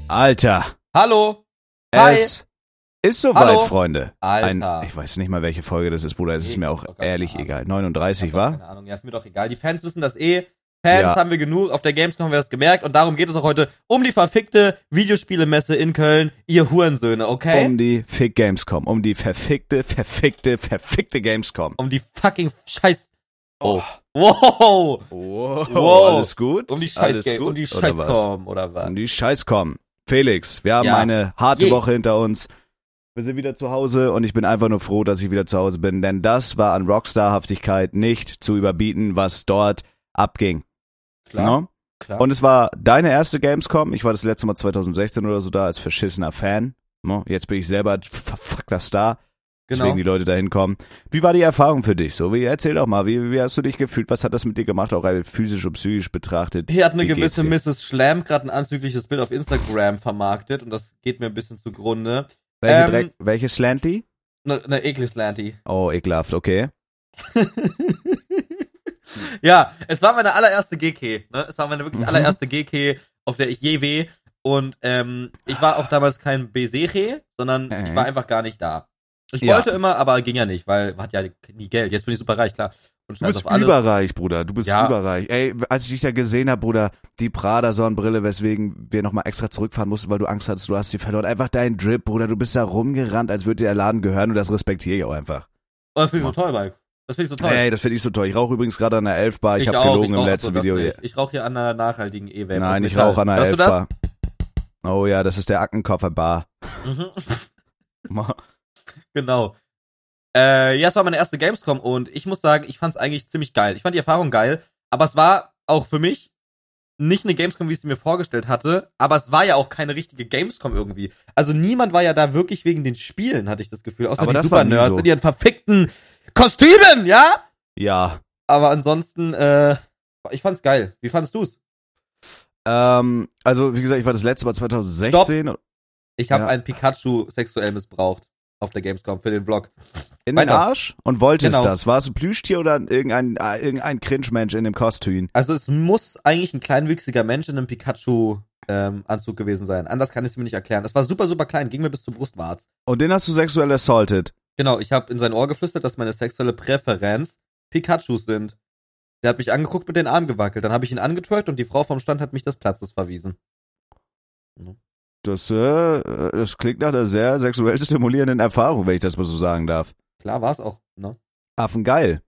Alter. Hallo. Hi. Es ist soweit, Hallo. Freunde. Alter. Ich weiß nicht mal, welche Folge das ist, Bruder. Es ist mir auch ehrlich egal. Ich 39, hab doch wa? keine Ahnung. Ja, ist mir doch egal. Die Fans wissen das eh. Fans Ja. haben wir genug. Auf der Gamescom haben wir das gemerkt. Und darum geht es auch heute um die verfickte Videospielemesse in Köln. Ihr Hurensöhne, okay? Um die Fick Gamescom. Um die verfickte Gamescom. Um die fucking Scheiß... Oh. Wow. Wow. Alles gut? Um die Alles Scheiß... gut? Um die Oder was? Scheißcom, oder was? Um die Scheißcom. Felix, wir haben Ja. eine harte Je. Woche hinter uns. Wir sind wieder zu Hause und ich bin einfach nur froh, dass ich wieder zu Hause bin, denn das war an Rockstar-Haftigkeit nicht zu überbieten, was dort abging. Klar, No? klar. Und es war deine erste Gamescom. Ich war das letzte Mal 2016 oder so da als verschissener Fan. No? Jetzt bin ich selber verfuckter Star. Genau. Deswegen die Leute da hinkommen. Wie war die Erfahrung für dich? So, erzähl doch mal, wie hast du dich gefühlt? Was hat das mit dir gemacht, auch physisch und psychisch betrachtet? Hier hat eine Wie geht's gewisse dir? Mrs. Schlam gerade ein anzügliches Bild auf Instagram vermarktet und das geht mir ein bisschen zugrunde. Welche Slanty? Eine Eklislanty. Oh, ekelhaft, okay. Ja, es war meine allererste GK. Ne? Es war meine wirklich allererste GK, auf der ich je weh. Und ich war auch damals kein Beseche, sondern ich war einfach gar nicht da. Ich Ja. wollte immer, aber ging ja nicht, weil hat ja nie Geld. Jetzt bin ich super reich, klar. Und Du bist scheiß auf alles. überreich, Bruder. Du bist Ja. überreich. Ey, als ich dich da gesehen habe, Bruder, die Prada-Sonnenbrille, weswegen wir nochmal extra zurückfahren mussten, weil du Angst hattest, du hast sie verloren. Einfach dein Drip, Bruder. Du bist da rumgerannt, als würde dir der Laden gehören und das respektiere ich auch einfach. Oh, das finde ich so toll, Mike. Das finde ich so toll. Ey, das finde ich so toll. Ich rauche übrigens gerade an der 11 Bar. Ich habe auch, gelogen im rauch- letzten achso, das Video. nicht. Ich rauche hier an einer nachhaltigen E-Vape. Nein, aus ich Metall. rauche an der Hörst 11 du das? Bar. Oh ja, das ist der Aktenkoffer-Bar. Mhm. Genau. Ja, es war meine erste Gamescom und ich muss sagen, ich fand es eigentlich ziemlich geil. Ich fand die Erfahrung geil, aber es war auch für mich nicht eine Gamescom, wie ich sie mir vorgestellt hatte, aber es war ja auch keine richtige Gamescom irgendwie. Also niemand war ja da wirklich wegen den Spielen, hatte ich das Gefühl. Außer Aber die das war nie Super-Nerds so. in ihren verfickten Kostümen, ja? Ja. Aber ansonsten, ich fand's geil. Wie fandest du's? Also, wie gesagt, ich war das letzte Mal 2016 Ich habe Ja. einen Pikachu sexuell missbraucht auf der Gamescom für den Vlog. in den Weiter. Arsch und wolltest Genau. das. War es ein Plüschtier oder irgendein Cringe-Mensch in dem Kostüm? Also es muss eigentlich ein kleinwüchsiger Mensch in einem Pikachu-Anzug gewesen sein. Anders kann ich es mir nicht erklären. Das war super, super klein, ging mir bis zum Brustwarz. Und den hast du sexuell assaulted. Genau, ich habe in sein Ohr geflüstert, dass meine sexuelle Präferenz Pikachus sind. Der hat mich angeguckt, mit den Armen gewackelt. Dann habe ich ihn angetwerkt und die Frau vom Stand hat mich des Platzes verwiesen. Das klingt nach einer sehr sexuell stimulierenden Erfahrung, wenn ich das mal so sagen darf. Klar war es auch, ne? Affengeil.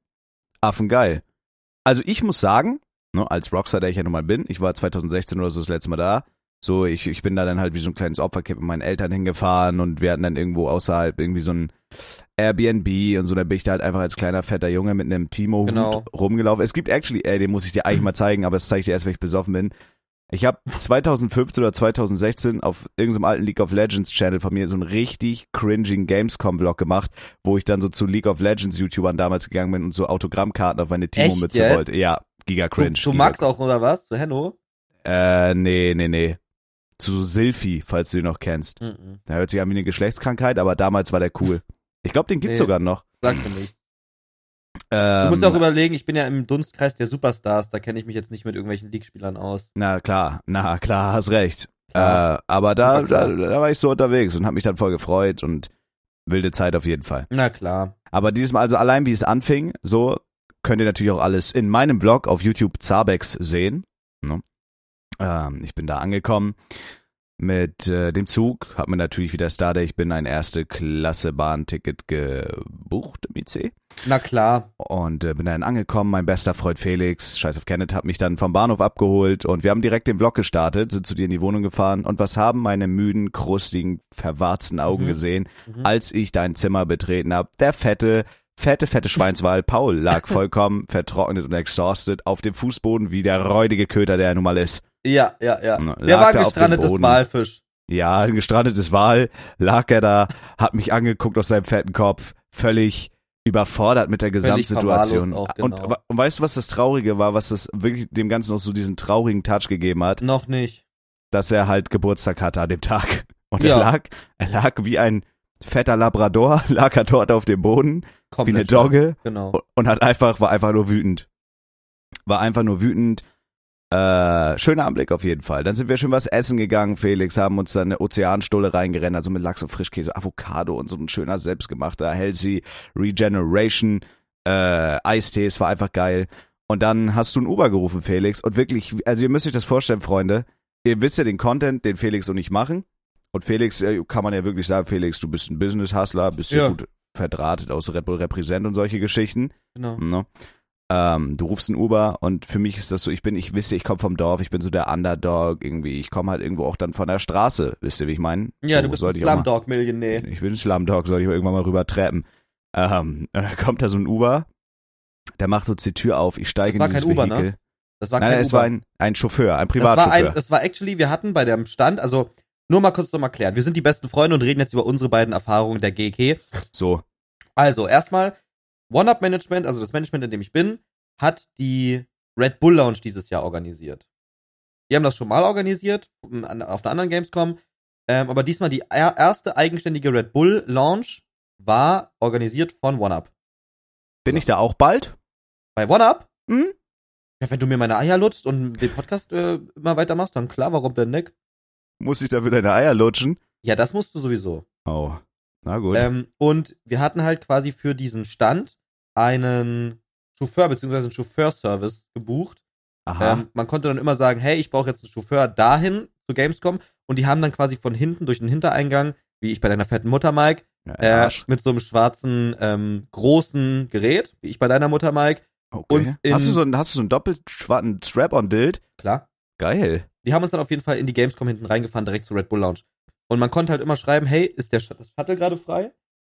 Also ich muss sagen, ne, als Rockstar, der ich ja nun mal bin, ich war 2016 oder so das letzte Mal da, so ich bin da dann halt wie so ein kleines Opferkind mit meinen Eltern hingefahren und wir hatten dann irgendwo außerhalb irgendwie so ein Airbnb und so, da bin ich da halt einfach als kleiner fetter Junge mit einem Timo-Hut Genau. rumgelaufen. Es gibt den muss ich dir eigentlich mal zeigen, aber das zeige ich dir erst, wenn ich besoffen bin. Ich habe 2015 oder 2016 auf irgendeinem alten League of Legends Channel von mir so einen richtig cringing Gamescom-Vlog gemacht, wo ich dann so zu League of Legends YouTubern damals gegangen bin und so Autogrammkarten auf meine Timo-Mütze jetzt? wollte. Ja, giga cringe. Du magst auch, oder was? Zu Henno? Nee. Zu Silphi, falls du ihn noch kennst. Mhm. Der hört sich an wie eine Geschlechtskrankheit, aber damals war der cool. Ich glaube, den gibt's Nee. sogar noch. Sag mir nicht. Du musst auch überlegen, ich bin ja im Dunstkreis der Superstars, da kenne ich mich jetzt nicht mit irgendwelchen League-Spielern aus. Na klar, hast recht. Klar. Aber da Super war ich so unterwegs und habe mich dann voll gefreut und wilde Zeit auf jeden Fall. Na klar. Aber dieses Mal, also allein wie es anfing, so könnt ihr natürlich auch alles in meinem Blog auf YouTube Zabex sehen. Ne? Ich bin da angekommen mit dem Zug, hab mir natürlich wieder Star, der ich bin, ein Erste-Klasse-Bahn-Ticket gebucht im IC. Na klar. Und bin dann angekommen, mein bester Freund Felix, scheiß auf Kenneth, hat mich dann vom Bahnhof abgeholt und wir haben direkt den Vlog gestartet, sind zu dir in die Wohnung gefahren und was haben meine müden, krustigen, verwarzten Augen gesehen, als ich dein Zimmer betreten habe? Der fette Schweinswal Paul lag vollkommen vertrocknet und exhausted auf dem Fußboden wie der räudige Köter, der er nun mal ist. Ja. Lag Der war da auf dem gestrandetes Boden. Walfisch. Ja, ein gestrandetes Wal, lag er da, hat mich angeguckt aus seinem fetten Kopf, völlig überfordert mit der Gesamtsituation. verwahrlost auch, genau. Und weißt du, was das Traurige war, was das wirklich dem Ganzen noch so diesen traurigen Touch gegeben hat? Noch nicht. Dass er halt Geburtstag hatte an dem Tag. Und Ja. er lag wie ein fetter Labrador, lag er dort auf dem Boden, wie eine Komplett Dogge Genau. und war einfach nur wütend. War einfach nur wütend. Schöner Anblick auf jeden Fall. Dann sind wir schön was essen gegangen, Felix, haben uns dann eine Ozeanstulle reingerennt, also mit Lachs und Frischkäse, Avocado und so ein schöner selbstgemachter Healthy Regeneration Eistee. Es war einfach geil. Und dann hast du einen Uber gerufen, Felix. Und wirklich, also ihr müsst euch das vorstellen, Freunde. Ihr wisst ja den Content, den Felix und ich machen. Und Felix, kann man ja wirklich sagen, Felix, du bist ein Business-Hustler, bist ja gut verdrahtet aus Red Bull Represent und solche Geschichten. Genau. No? Du rufst einen Uber und für mich ist das so, ich komme vom Dorf, ich bin so der Underdog irgendwie, ich komme halt irgendwo auch dann von der Straße, wisst ihr, wie ich meine? Ja, so, du bist ein Slumdog-Millionär. Ich bin ein Slumdog, soll ich mal irgendwann mal rüber trappen. Dann kommt da so ein Uber, der macht uns die Tür auf, ich steige in dieses Uber, Vehikel. Ne? Das war kein Uber. Es war ein Chauffeur, ein Privatchauffeur. Das war actually, wir hatten bei dem Stand, also nur mal kurz nochmal klären, wir sind die besten Freunde und reden jetzt über unsere beiden Erfahrungen der GK. So. Also, erstmal, One-Up-Management, also das Management, in dem ich bin, hat die Red Bull Lounge dieses Jahr organisiert. Die haben das schon mal organisiert, auf einer anderen Gamescom, aber diesmal die erste eigenständige Red Bull Lounge war organisiert von One-Up. Bin ich da auch bald? Bei One-Up? Hm? Ja, wenn du mir meine Eier lutschst und den Podcast immer weitermachst, dann klar, warum denn nicht? Muss ich dafür deine Eier lutschen? Ja, das musst du sowieso. Oh, na gut. Und wir hatten halt quasi für diesen Stand einen Chauffeur bzw. einen Chauffeurservice gebucht. Aha. Man konnte dann immer sagen, hey, ich brauche jetzt einen Chauffeur dahin zu Gamescom und die haben dann quasi von hinten durch den Hintereingang, wie ich bei deiner fetten Mutter, Mike, mit so einem schwarzen, großen Gerät, wie ich bei deiner Mutter, Mike. Okay. Hast du so einen doppelschwarzen Strap-on-Dild? Klar. Geil. Die haben uns dann auf jeden Fall in die Gamescom hinten reingefahren, direkt zur Red Bull Lounge. Und man konnte halt immer schreiben, hey, ist das Shuttle gerade frei?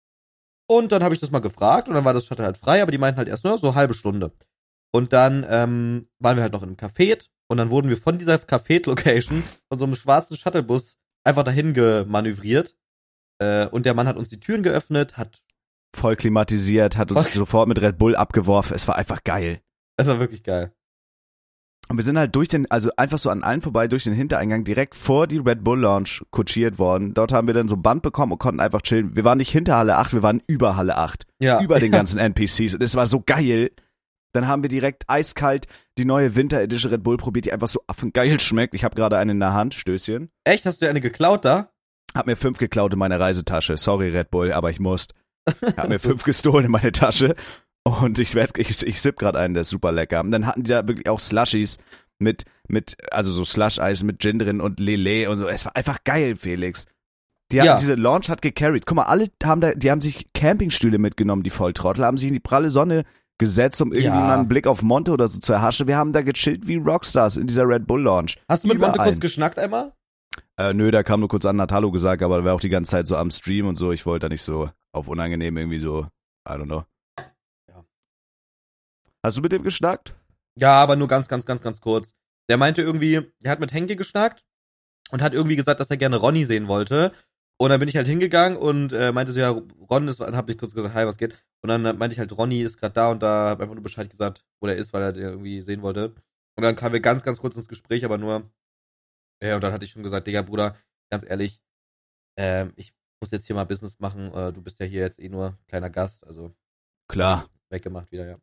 Und dann habe ich das mal gefragt und dann war das Shuttle halt frei, aber die meinten halt erst nur so eine halbe Stunde. Und dann waren wir halt noch in einem Café und dann wurden wir von dieser Café-Location von so einem schwarzen Shuttlebus einfach dahin gemanövriert. Und der Mann hat uns die Türen geöffnet, hat voll klimatisiert, hat uns sofort mit Red Bull abgeworfen. Es war einfach geil. Es war wirklich geil. Und wir sind halt einfach so an allen vorbei durch den Hintereingang direkt vor die Red Bull Lounge kutschiert worden. Dort haben wir dann so ein Band bekommen und konnten einfach chillen. Wir waren nicht hinter Halle 8, wir waren über Halle 8. Ja. Über den ganzen NPCs. Und es war so geil. Dann haben wir direkt eiskalt die neue Winter Edition Red Bull probiert, die einfach so affengeil schmeckt. Ich habe gerade eine in der Hand, Stößchen. Echt? Hast du dir eine geklaut da? Hab mir 5 geklaut in meine Reisetasche. Sorry Red Bull, aber ich musste. Hab mir 5 gestohlen in meine Tasche. Und ich sipp gerade einen, der ist super lecker. Und dann hatten die da wirklich auch Slushies also so Slush-Eis mit Gin drin und Lele und so. Es war einfach geil, Felix. Diese Launch hat gecarried. Guck mal, die haben sich Campingstühle mitgenommen, die Volltrottel, haben sich in die pralle Sonne gesetzt, um irgendwie mal einen Blick auf Monte oder so zu erhaschen. Wir haben da gechillt wie Rockstars in dieser Red Bull Launch. Hast du mit Monte kurz geschnackt einmal? Nö, da kam nur kurz an, hat Hallo gesagt, aber er war auch die ganze Zeit so am Stream und so. Ich wollte da nicht so auf unangenehm irgendwie so, I don't know. Ja. Hast du mit dem geschnackt? Ja, aber nur ganz kurz. Der meinte irgendwie, er hat mit Henke geschnackt und hat irgendwie gesagt, dass er gerne Ronny sehen wollte. Und dann bin ich halt hingegangen und meinte so, ja, Ron ist, dann hab ich kurz gesagt, hi, was geht? Und dann meinte ich halt, Ronny ist gerade da und da, hab einfach nur Bescheid gesagt, wo der ist, weil er den irgendwie sehen wollte. Und dann kamen wir ganz kurz ins Gespräch, aber nur, ja, und dann hatte ich schon gesagt, Digga, Bruder, ganz ehrlich, ich muss jetzt hier mal Business machen, du bist ja hier jetzt eh nur kleiner Gast, also. Klar. Weggemacht wieder, ja.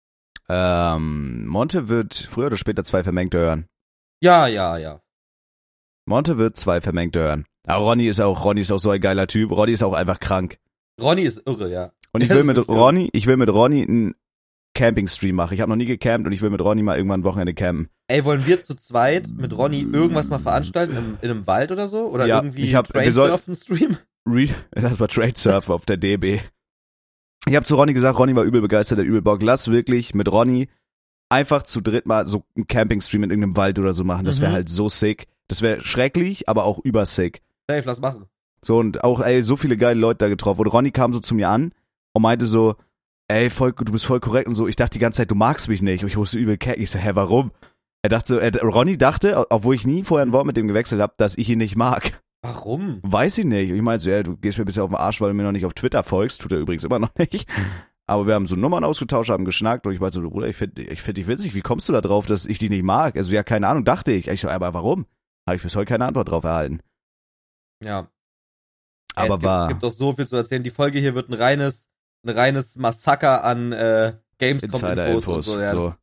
Monte wird früher oder später 2 Vermengte hören. Ja. Monte wird 2 Vermengte hören. Aber Ronny ist auch so ein geiler Typ. Ronny ist auch einfach krank. Ronny ist irre, ja. Und ich will mit Ronny einen Camping-Stream machen. Ich habe noch nie gecampt und ich will mit Ronny mal irgendwann ein Wochenende campen. Ey, wollen wir zu zweit mit Ronny irgendwas mal veranstalten in einem Wald oder so? Oder ja, irgendwie Trade-Surfen-Stream? Das war Trade-Surfen auf der DB. Ich habe zu Ronny gesagt, Ronny war übel begeistert, der übel Bock. Lass wirklich mit Ronny einfach zu dritt mal so einen Camping-Stream in irgendeinem Wald oder so machen. Das wäre halt so sick. Das wäre schrecklich, aber auch übersick. Safe, lass machen. So, und auch, so viele geile Leute da getroffen. Und Ronny kam so zu mir an und meinte so, du bist voll korrekt und so. Ich dachte die ganze Zeit, du magst mich nicht. Und ich wusste übel keck. Ich so, warum? Ronny dachte, obwohl ich nie vorher ein Wort mit dem gewechselt habe, dass ich ihn nicht mag. Warum? Weiß ich nicht. Und ich meinte so, du gehst mir ein bisschen auf den Arsch, weil du mir noch nicht auf Twitter folgst. Tut er übrigens immer noch nicht. Aber wir haben so Nummern ausgetauscht, haben geschnackt und ich meinte so, Bruder, ich find dich witzig. Wie kommst du da drauf, dass ich dich nicht mag? Also ja, keine Ahnung, dachte ich. Ich so, aber warum? Habe ich bis heute keine Antwort drauf erhalten. Ja. Aber es gibt doch so viel zu erzählen. Die Folge hier wird ein reines Massaker an Gamescom-Infos und so. Ja, so.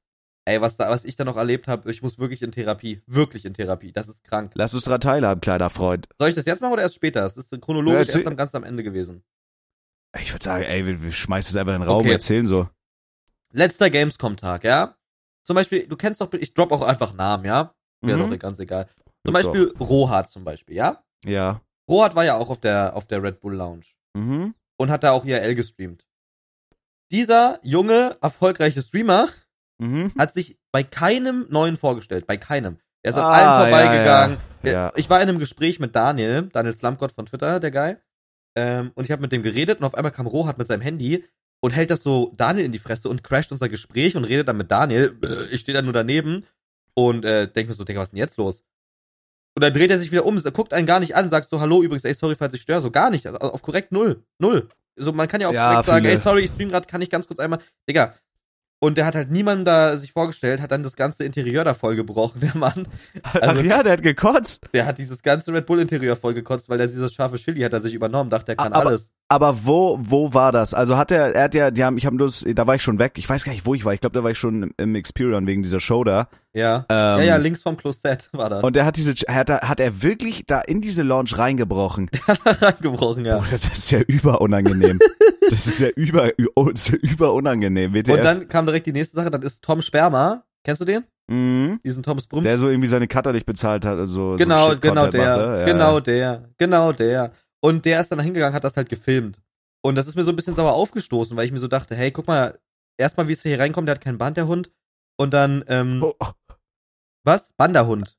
Ey, was ich da noch erlebt habe, ich muss wirklich in Therapie. Wirklich in Therapie. Das ist krank. Lass uns daran teilhaben, kleiner Freund. Soll ich das jetzt machen oder erst später? Das ist chronologisch erst ganz am Ende gewesen. Ich würde sagen, ey, wir schmeißen es einfach in den Raum und Okay. erzählen so. Letzter Gamescom-Tag, ja? Zum Beispiel, du kennst doch, ich drop auch einfach Namen, ja? Mir doch ganz egal. Zum Beispiel Rohat zum Beispiel, ja? Ja. Rohat war ja auch auf der Red Bull Lounge. Mhm. Und hat da auch IRL gestreamt. Dieser junge, erfolgreiche Streamer hat sich bei keinem neuen vorgestellt. Bei keinem. Er ist an allen vorbeigegangen. Ja. Ich war in einem Gespräch mit Daniel Slumgott von Twitter, der Guy. Und ich habe mit dem geredet und auf einmal kam Rohat mit seinem Handy und hält das so Daniel in die Fresse und crasht unser Gespräch und redet dann mit Daniel. Ich stehe dann nur daneben und denke mir so, Digga, was ist denn jetzt los? Und dann dreht er sich wieder um, guckt einen gar nicht an, sagt so, hallo, übrigens, ey, sorry, falls ich störe. So gar nicht. Also auf korrekt null. So, man kann ja auch korrekt sagen, ey, sorry, ich stream grad, kann ich ganz kurz einmal. Digga. Und der hat halt niemandem da sich vorgestellt, hat dann das ganze Interieur da voll gebrochen, der Mann. Ach Also, ja, der hat gekotzt. der hat dieses ganze Red Bull Interieur voll gekotzt, weil der dieses scharfe Chili hat er sich übernommen, dachte, er kann alles. Aber wo war das? Also hat er hat ja, da war ich schon weg. Ich weiß gar nicht, wo ich war. Ich glaube, da war ich schon im Experian wegen dieser Show da. Ja. Ja, links vom Closet war das. Und er hat er wirklich da in diese Lounge reingebrochen. Reingebrochen, ja. Bruder, das ist ja überunangenehm. Das ist ja überunangenehm. WTF. Und dann kam direkt die nächste Sache, das ist Tom Sperma. Kennst du den? Mhm. Diesen Tom Sprum? Der so irgendwie seine Cutter nicht bezahlt hat. Also Genau, so genau der. der. Und der ist dann hingegangen, hat das halt gefilmt. Und das ist mir so ein bisschen sauer aufgestoßen, weil ich mir so dachte, hey, guck mal, erstmal, wie es hier reinkommt, der hat kein Band, der Hund. Und dann, was? Banderhund.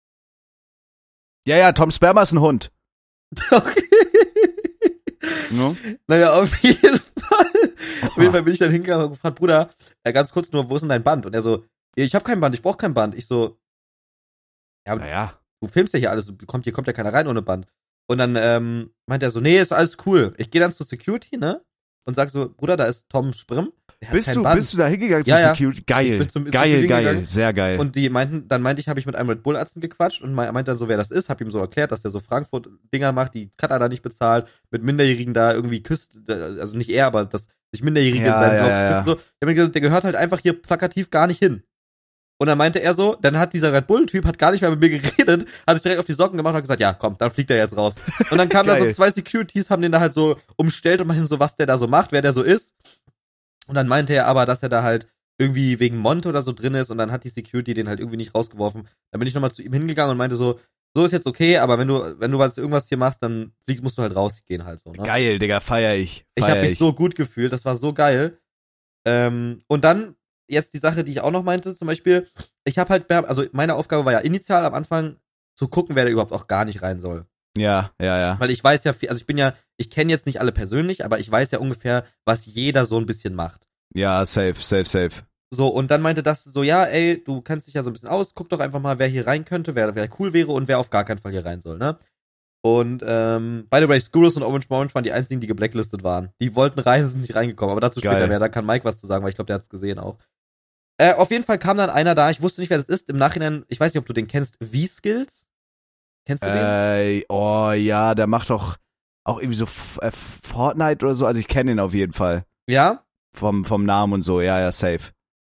Ja, Tom Sperma ist ein Hund. Okay. No? Naja, auf jeden Fall bin ich dann hingegangen und gefragt, Bruder, ganz kurz nur, wo ist denn dein Band? Und er so, ich habe kein Band, ich brauche kein Band. Ich so, ja, naja. Du filmst ja hier alles, hier kommt ja keiner rein ohne Band. Und dann meint er so, nee, ist alles cool. Ich gehe dann zur Security, ne? Und sag so, Bruder, da ist Tom Sprim. Bist du da hingegangen zur Security? Geil, geil, sehr geil. Und die meinte ich, habe ich mit einem Red Bull-Arzt gequatscht und meinte dann so, wer das ist, hab ihm so erklärt, dass der so Frankfurt-Dinger macht, die Cutter da nicht bezahlt, mit Minderjährigen da irgendwie küsst, also nicht er, aber dass sich Minderjährige in seinen Vlogs küssen. So. Ich hab mir gesagt, der gehört halt einfach hier plakativ gar nicht hin. Und dann meinte er so, dann hat dieser Red Bull-Typ hat gar nicht mehr mit mir geredet, hat sich direkt auf die Socken gemacht und hat gesagt, ja, komm, dann fliegt er jetzt raus. Und dann kamen da so 2 Securities, haben den da halt so umstellt und meinen so, was der da so macht, wer der so ist. Und dann meinte er aber, dass er da halt irgendwie wegen Monte oder so drin ist und dann hat die Security den halt irgendwie nicht rausgeworfen. Dann bin ich nochmal zu ihm hingegangen und meinte so ist jetzt okay, aber wenn du irgendwas hier machst, dann musst du halt rausgehen halt so, ne? Geil, Digga, feier ich. Ich habe mich so gut gefühlt, das war so geil. Und dann jetzt die Sache, die ich auch noch meinte, zum Beispiel, ich habe halt, also meine Aufgabe war ja initial am Anfang zu gucken, wer da überhaupt auch gar nicht rein soll. Ja. Weil ich weiß ja, also ich kenne jetzt nicht alle persönlich, aber ich weiß ja ungefähr, was jeder so ein bisschen macht. Ja, safe. So, und dann meinte das so, ja, ey, du kennst dich ja so ein bisschen aus, guck doch einfach mal, wer hier rein könnte, wer cool wäre und wer auf gar keinen Fall hier rein soll, ne? Und, by the way, Skurrus und Orange waren die einzigen, die geblacklistet waren. Die wollten rein, sind nicht reingekommen, aber dazu später mehr, da kann Mike was zu sagen, weil ich glaube, der hat's gesehen auch. Auf jeden Fall kam dann einer da, ich wusste nicht, wer das ist, im Nachhinein, ich weiß nicht, ob du den kennst, V-Skills? Kennst du den? Oh ja, der macht doch auch irgendwie so Fortnite oder so, also ich kenne ihn auf jeden Fall. Ja? Vom Namen und so, ja, safe.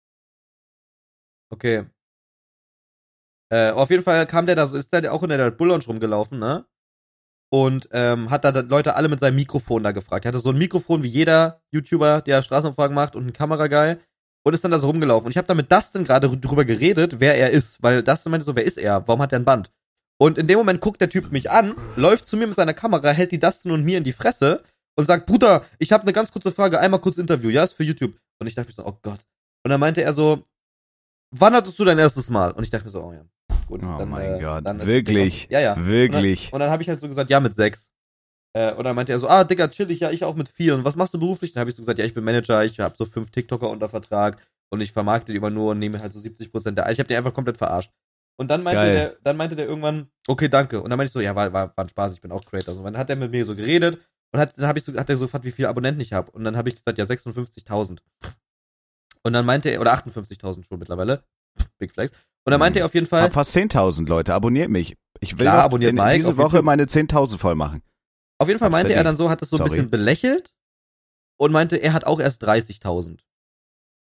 Okay. Auf jeden Fall kam der da so, ist der auch in der Red Bull Lounge rumgelaufen, ne? Und hat da Leute alle mit seinem Mikrofon da gefragt. Er hatte so ein Mikrofon wie jeder YouTuber, der Straßenumfragen macht und ein Kamerageil und ist dann da so rumgelaufen. Und ich habe da mit Dustin gerade drüber geredet, wer er ist, weil Dustin meinte so, wer ist er? Warum hat er ein Band? Und in dem Moment guckt der Typ mich an, läuft zu mir mit seiner Kamera, hält die Dustin und mir in die Fresse und sagt, Bruder, ich habe eine ganz kurze Frage, einmal kurz Interview, ja, ist für YouTube. Und ich dachte mir so, oh Gott. Und dann meinte er so, wann hattest du dein erstes Mal? Und ich dachte mir so, oh ja. Gut, oh dann, mein Gott, dann wirklich? Ja. Wirklich? Und dann habe ich halt so gesagt, ja, mit 6. Und dann meinte er so, Digga, chillig, ja, ich auch mit 4. Und was machst du beruflich? Dann habe ich so gesagt, ja, ich bin Manager, ich habe so 5 TikToker unter Vertrag und ich vermarkte die immer nur und nehme halt so 70% der. Ich habe die einfach komplert verarscht. Und dann meinte der irgendwann, okay, danke. Und dann meinte ich so, ja, war ein Spaß, ich bin auch Creator. Und dann hat er mit mir so geredet und hat er so gefragt, wie viele Abonnenten ich habe. Und dann habe ich gesagt, ja, 56.000. Und dann meinte er, oder 58.000 schon mittlerweile. Big Flex. Und dann meinte er auf jeden Fall. Hab fast 10.000 Leute, abonniert mich. Ich will klar, abonniert Mike, diese Woche meine 10.000 voll machen. Auf jeden Fall meinte er dann so, hat es so ein bisschen belächelt und meinte, er hat auch erst 30.000.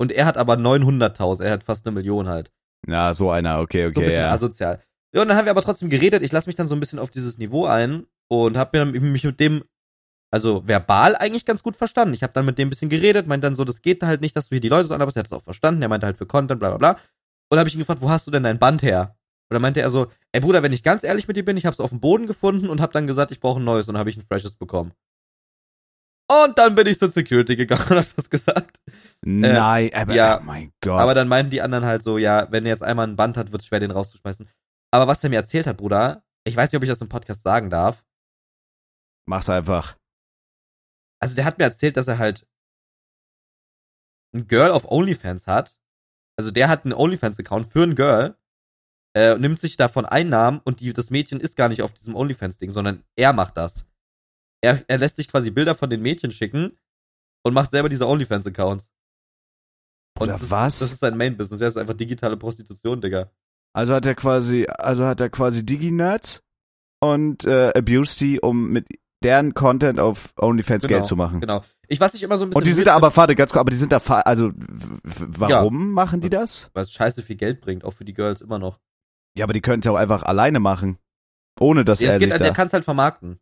Und er hat aber 900.000, er hat fast 1 Million halt. Ja, so einer, okay, So ein bisschen asozial. Ja, und dann haben wir aber trotzdem geredet, ich lasse mich dann so ein bisschen auf dieses Niveau ein und habe mich mit dem, also verbal eigentlich ganz gut verstanden. Ich habe dann mit dem ein bisschen geredet, meinte dann so, das geht halt nicht, dass du hier die Leute so anlaberst, er hat es auch verstanden, er meinte halt für Content, bla bla bla. Und dann habe ich ihn gefragt, wo hast du denn dein Band her? Und dann meinte er so, ey Bruder, wenn ich ganz ehrlich mit dir bin, ich habe es auf dem Boden gefunden und habe dann gesagt, ich brauche ein neues und dann habe ich ein freshes bekommen. Und dann bin ich zur Security gegangen und hab das gesagt. Nein, aber ja, oh mein Gott. Aber dann meinten die anderen halt so, ja, wenn er jetzt einmal ein Band hat, wird's schwer, den rauszuschmeißen. Aber was er mir erzählt hat, Bruder, ich weiß nicht, ob ich das im Podcast sagen darf. Mach's einfach. Also der hat mir erzählt, dass er halt ein Girl auf OnlyFans hat. Also der hat einen OnlyFans-Account für ein Girl, nimmt sich davon Einnahmen und das Mädchen ist gar nicht auf diesem OnlyFans-Ding, sondern er macht das. Er lässt sich quasi Bilder von den Mädchen schicken und macht selber diese OnlyFans-Accounts. Oder was? Das ist sein Main-Business. Das ist einfach digitale Prostitution, Digga. Also hat er quasi Digi-Nerds und abused die, um mit deren Content auf OnlyFans Geld zu machen. Genau. Was ich immer so ein bisschen. Und die sind da aber, aber die sind da, also warum machen die das? Weil es scheiße viel Geld bringt, auch für die Girls immer noch. Ja, aber die können es ja auch einfach alleine machen. Ohne dass er sich da... Der kann es halt vermarkten.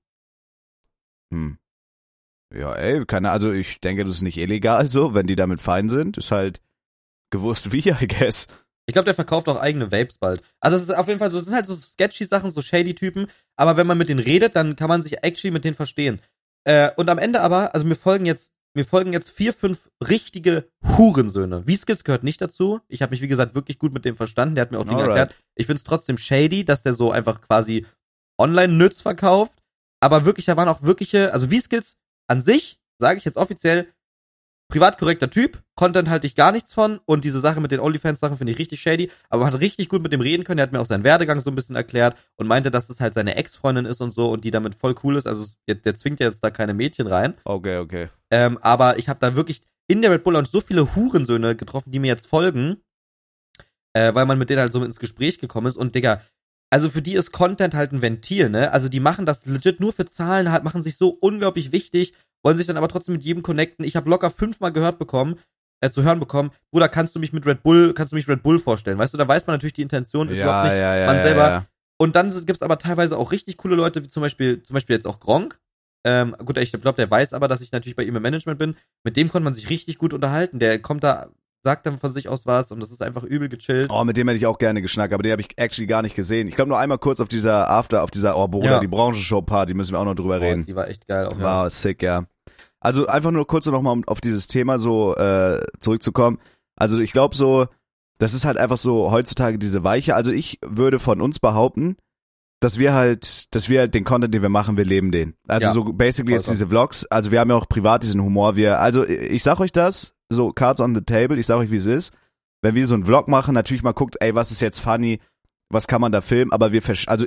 Ja, ey, also ich denke, das ist nicht illegal so, wenn die damit fein sind. Ist halt gewusst wie, I guess. Ich glaube, der verkauft auch eigene Vapes bald. Also es ist auf jeden Fall so, es sind halt so sketchy Sachen, so shady Typen, aber wenn man mit denen redet, dann kann man sich actually mit denen verstehen. Und am Ende aber, also mir folgen jetzt 4, 5 richtige Hurensöhne. V-Skills gehört nicht dazu. Ich habe mich, wie gesagt, wirklich gut mit dem verstanden. Der hat mir auch Dinge erklärt. Ich find's trotzdem shady, dass der so einfach quasi Online-Nütz verkauft. Aber wirklich, da waren auch wirkliche, also V-Skills an sich, sage ich jetzt offiziell, privat korrekter Typ, Content halte ich gar nichts von und diese Sache mit den OnlyFans-Sachen finde ich richtig shady, aber man hat richtig gut mit dem reden können, der hat mir auch seinen Werdegang so ein bisschen erklärt und meinte, dass das halt seine Ex-Freundin ist und so und die damit voll cool ist, also der zwingt ja jetzt da keine Mädchen rein. Okay. Aber ich habe da wirklich in der Red Bull Lounge so viele Hurensöhne getroffen, die mir jetzt folgen, weil man mit denen halt so ins Gespräch gekommen ist und Digga, also für die ist Content halt ein Ventil, ne? Also die machen das legit nur für Zahlen, halt machen sich so unglaublich wichtig, wollen sich dann aber trotzdem mit jedem connecten. Ich habe locker 5-mal zu hören bekommen, Bruder, kannst du mich Red Bull vorstellen? Weißt du, da weiß man natürlich, die Intention ist überhaupt nicht man selber. Ja. Und dann gibt's aber teilweise auch richtig coole Leute, wie zum Beispiel jetzt auch Gronk. Gut, ich glaube, der weiß aber, dass ich natürlich bei ihm im Management bin. Mit dem konnte man sich richtig gut unterhalten. Der kommt da, sagt dann von sich aus was und das ist einfach übel gechillt. Oh, mit dem hätte ich auch gerne geschnackt, aber den habe ich actually gar nicht gesehen. Ich glaube nur einmal kurz auf dieser Bruder, die Branchenshow-Party, müssen wir auch noch drüber reden. Die war echt geil auch, ja. Wow, sick, ja. Also einfach nur kurz noch mal, um auf dieses Thema so zurückzukommen. Also ich glaube so, das ist halt einfach so heutzutage diese Weiche. Also ich würde von uns behaupten, dass wir halt den Content, den wir machen, wir leben den. Also so basically jetzt diese Vlogs. Also wir haben ja auch privat diesen Humor. Also ich sag euch das, so Cards on the Table, ich sag euch, wie es ist. Wenn wir so einen Vlog machen, natürlich mal guckt, ey, was ist jetzt funny, was kann man da filmen, aber wir verstellen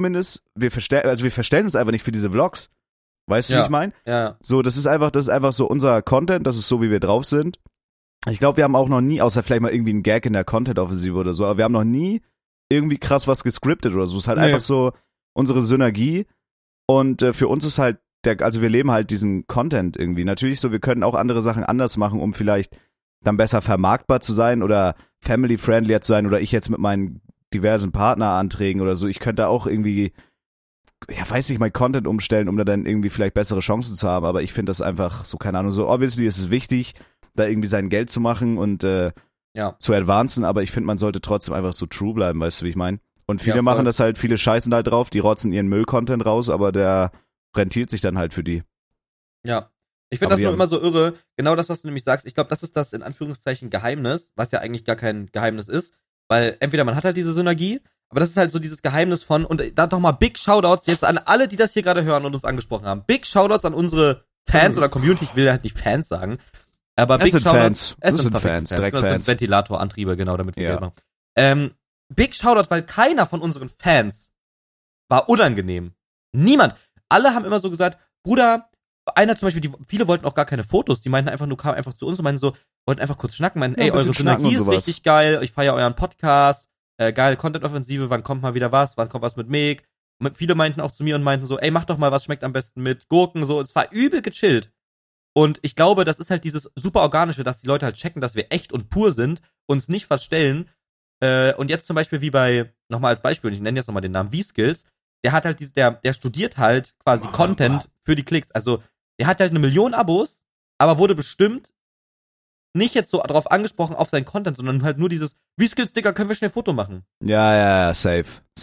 uns einfach nicht für diese Vlogs. Weißt du, wie ich meine? Ja. So, das ist einfach so unser Content, das ist so, wie wir drauf sind. Ich glaube, wir haben auch noch nie, außer vielleicht mal irgendwie einen Gag in der Content-Offensive oder so, aber wir haben noch nie irgendwie krass was gescriptet oder so. Es ist halt einfach so unsere Synergie und für uns ist halt also wir leben halt diesen Content irgendwie. Natürlich so, wir können auch andere Sachen anders machen, um vielleicht dann besser vermarktbar zu sein oder family-friendlier zu sein oder ich jetzt mit meinen diversen Partneranträgen oder so. Ich könnte auch irgendwie, ja, weiß nicht, mein Content umstellen, um da dann irgendwie vielleicht bessere Chancen zu haben, aber ich finde das einfach so, keine Ahnung, so obviously ist es wichtig, da irgendwie sein Geld zu machen und zu advancen, aber ich finde, man sollte trotzdem einfach so true bleiben, weißt du, wie ich meine? Und viele machen das halt, viele scheißen da halt drauf, die rotzen ihren Müll-Content raus, aber der rentiert sich dann halt für die. Ja. Ich finde das nur immer so irre, genau das, was du nämlich sagst, ich glaube, das ist das in Anführungszeichen Geheimnis, was ja eigentlich gar kein Geheimnis ist, weil entweder man hat halt diese Synergie, aber das ist halt so dieses Geheimnis von, und da nochmal Big Shoutouts jetzt an alle, die das hier gerade hören und uns angesprochen haben. Big Shoutouts an unsere Fans oder Community, ich will halt nicht Fans sagen, aber Big Shoutouts. Es sind Fans, direkt Fans. Das sind Ventilatorantriebe, genau, damit wir Geld machen. Big Shoutouts, weil keiner von unseren Fans war unangenehm. Niemand. Alle haben immer so gesagt, Bruder, einer zum Beispiel, viele wollten auch gar keine Fotos, die meinten einfach nur, kamen einfach zu uns und meinten so, wollten einfach kurz schnacken, meinten, ey, eure Synergie ist richtig geil, ich feiere euren Podcast, geil, Content-Offensive, wann kommt mal wieder was, wann kommt was mit Meg? Und viele meinten auch zu mir und meinten so, ey, mach doch mal was, schmeckt am besten mit Gurken, so, es war übel gechillt. Und ich glaube, das ist halt dieses super organische, dass die Leute halt checken, dass wir echt und pur sind, uns nicht verstellen. Und jetzt zum Beispiel wie bei, nochmal als Beispiel, ich nenne jetzt nochmal den Namen V-Skills, der hat halt der studiert halt quasi Content für die Klicks. Also, der hat halt 1 Million Abos, aber wurde bestimmt nicht jetzt so darauf angesprochen auf seinen Content, sondern halt nur dieses V-Skills, Digga, können wir schnell ein Foto machen. Ja, safe.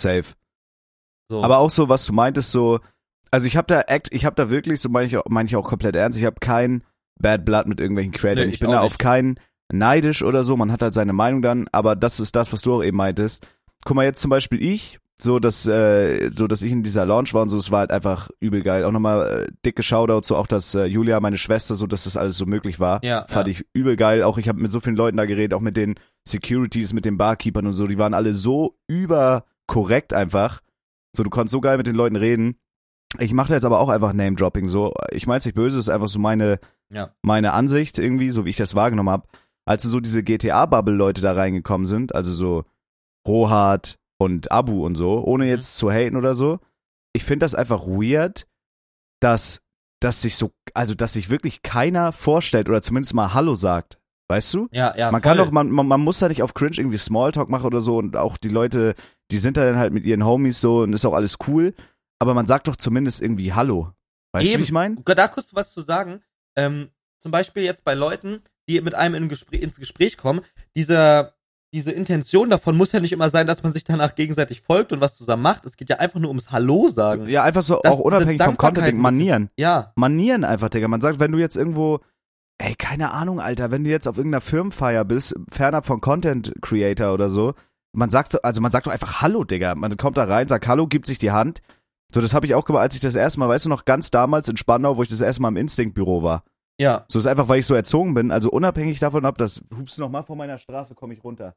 So. Aber auch so, was du meintest, so, also ich hab da wirklich, so meine ich auch komplett ernst, ich habe kein Bad Blood mit irgendwelchen Creators. Ich bin da auf keinen neidisch oder so, man hat halt seine Meinung dann, aber das ist das, was du auch eben meintest. Guck mal, jetzt zum Beispiel dass ich in dieser Launch war und so, es war halt einfach übel geil. Auch nochmal dicke Shoutouts, so auch, dass Julia, meine Schwester, so, dass das alles so möglich war. Ja, fand ich übel geil. Auch ich habe mit so vielen Leuten da geredet, auch mit den Securities, mit den Barkeepern und so, die waren alle so überkorrekt einfach. So, du konntest so geil mit den Leuten reden. Ich mache da jetzt aber auch einfach Name-Dropping, so. Ich mein's nicht böse, ist einfach so meine Ansicht irgendwie, so wie ich das wahrgenommen habe. Als so diese GTA-Bubble-Leute da reingekommen sind, also so Rohat und Abu und so, ohne jetzt zu haten oder so. Ich finde das einfach weird, dass sich wirklich keiner vorstellt oder zumindest mal Hallo sagt. Weißt du? Ja. Man kann doch, man muss da nicht auf Cringe irgendwie Smalltalk machen oder so und auch die Leute, die sind da dann halt mit ihren Homies so und ist auch alles cool. Aber man sagt doch zumindest irgendwie Hallo. Weißt du, wie ich meine? Da kurz was zu sagen. Zum Beispiel jetzt bei Leuten, die mit einem ins Gespräch kommen, diese Intention davon muss ja nicht immer sein, dass man sich danach gegenseitig folgt und was zusammen macht. Es geht ja einfach nur ums Hallo sagen. Ja, einfach so, auch unabhängig vom Content, Manieren. Ja. Manieren einfach, Digga. Man sagt, wenn du jetzt irgendwo, keine Ahnung, Alter, wenn du jetzt auf irgendeiner Firmenfeier bist, fernab von Content Creator oder so, man sagt doch einfach Hallo, Digga. Man kommt da rein, sagt Hallo, gibt sich die Hand. So, das habe ich auch gemacht, als ich das erste Mal, weißt du noch, ganz damals in Spandau, wo ich das erste Mal im Instinct-Büro war. Ja. So ist einfach, weil ich so erzogen bin, also unabhängig davon, ob das, hupst du noch mal vor meiner Straße, komme ich runter.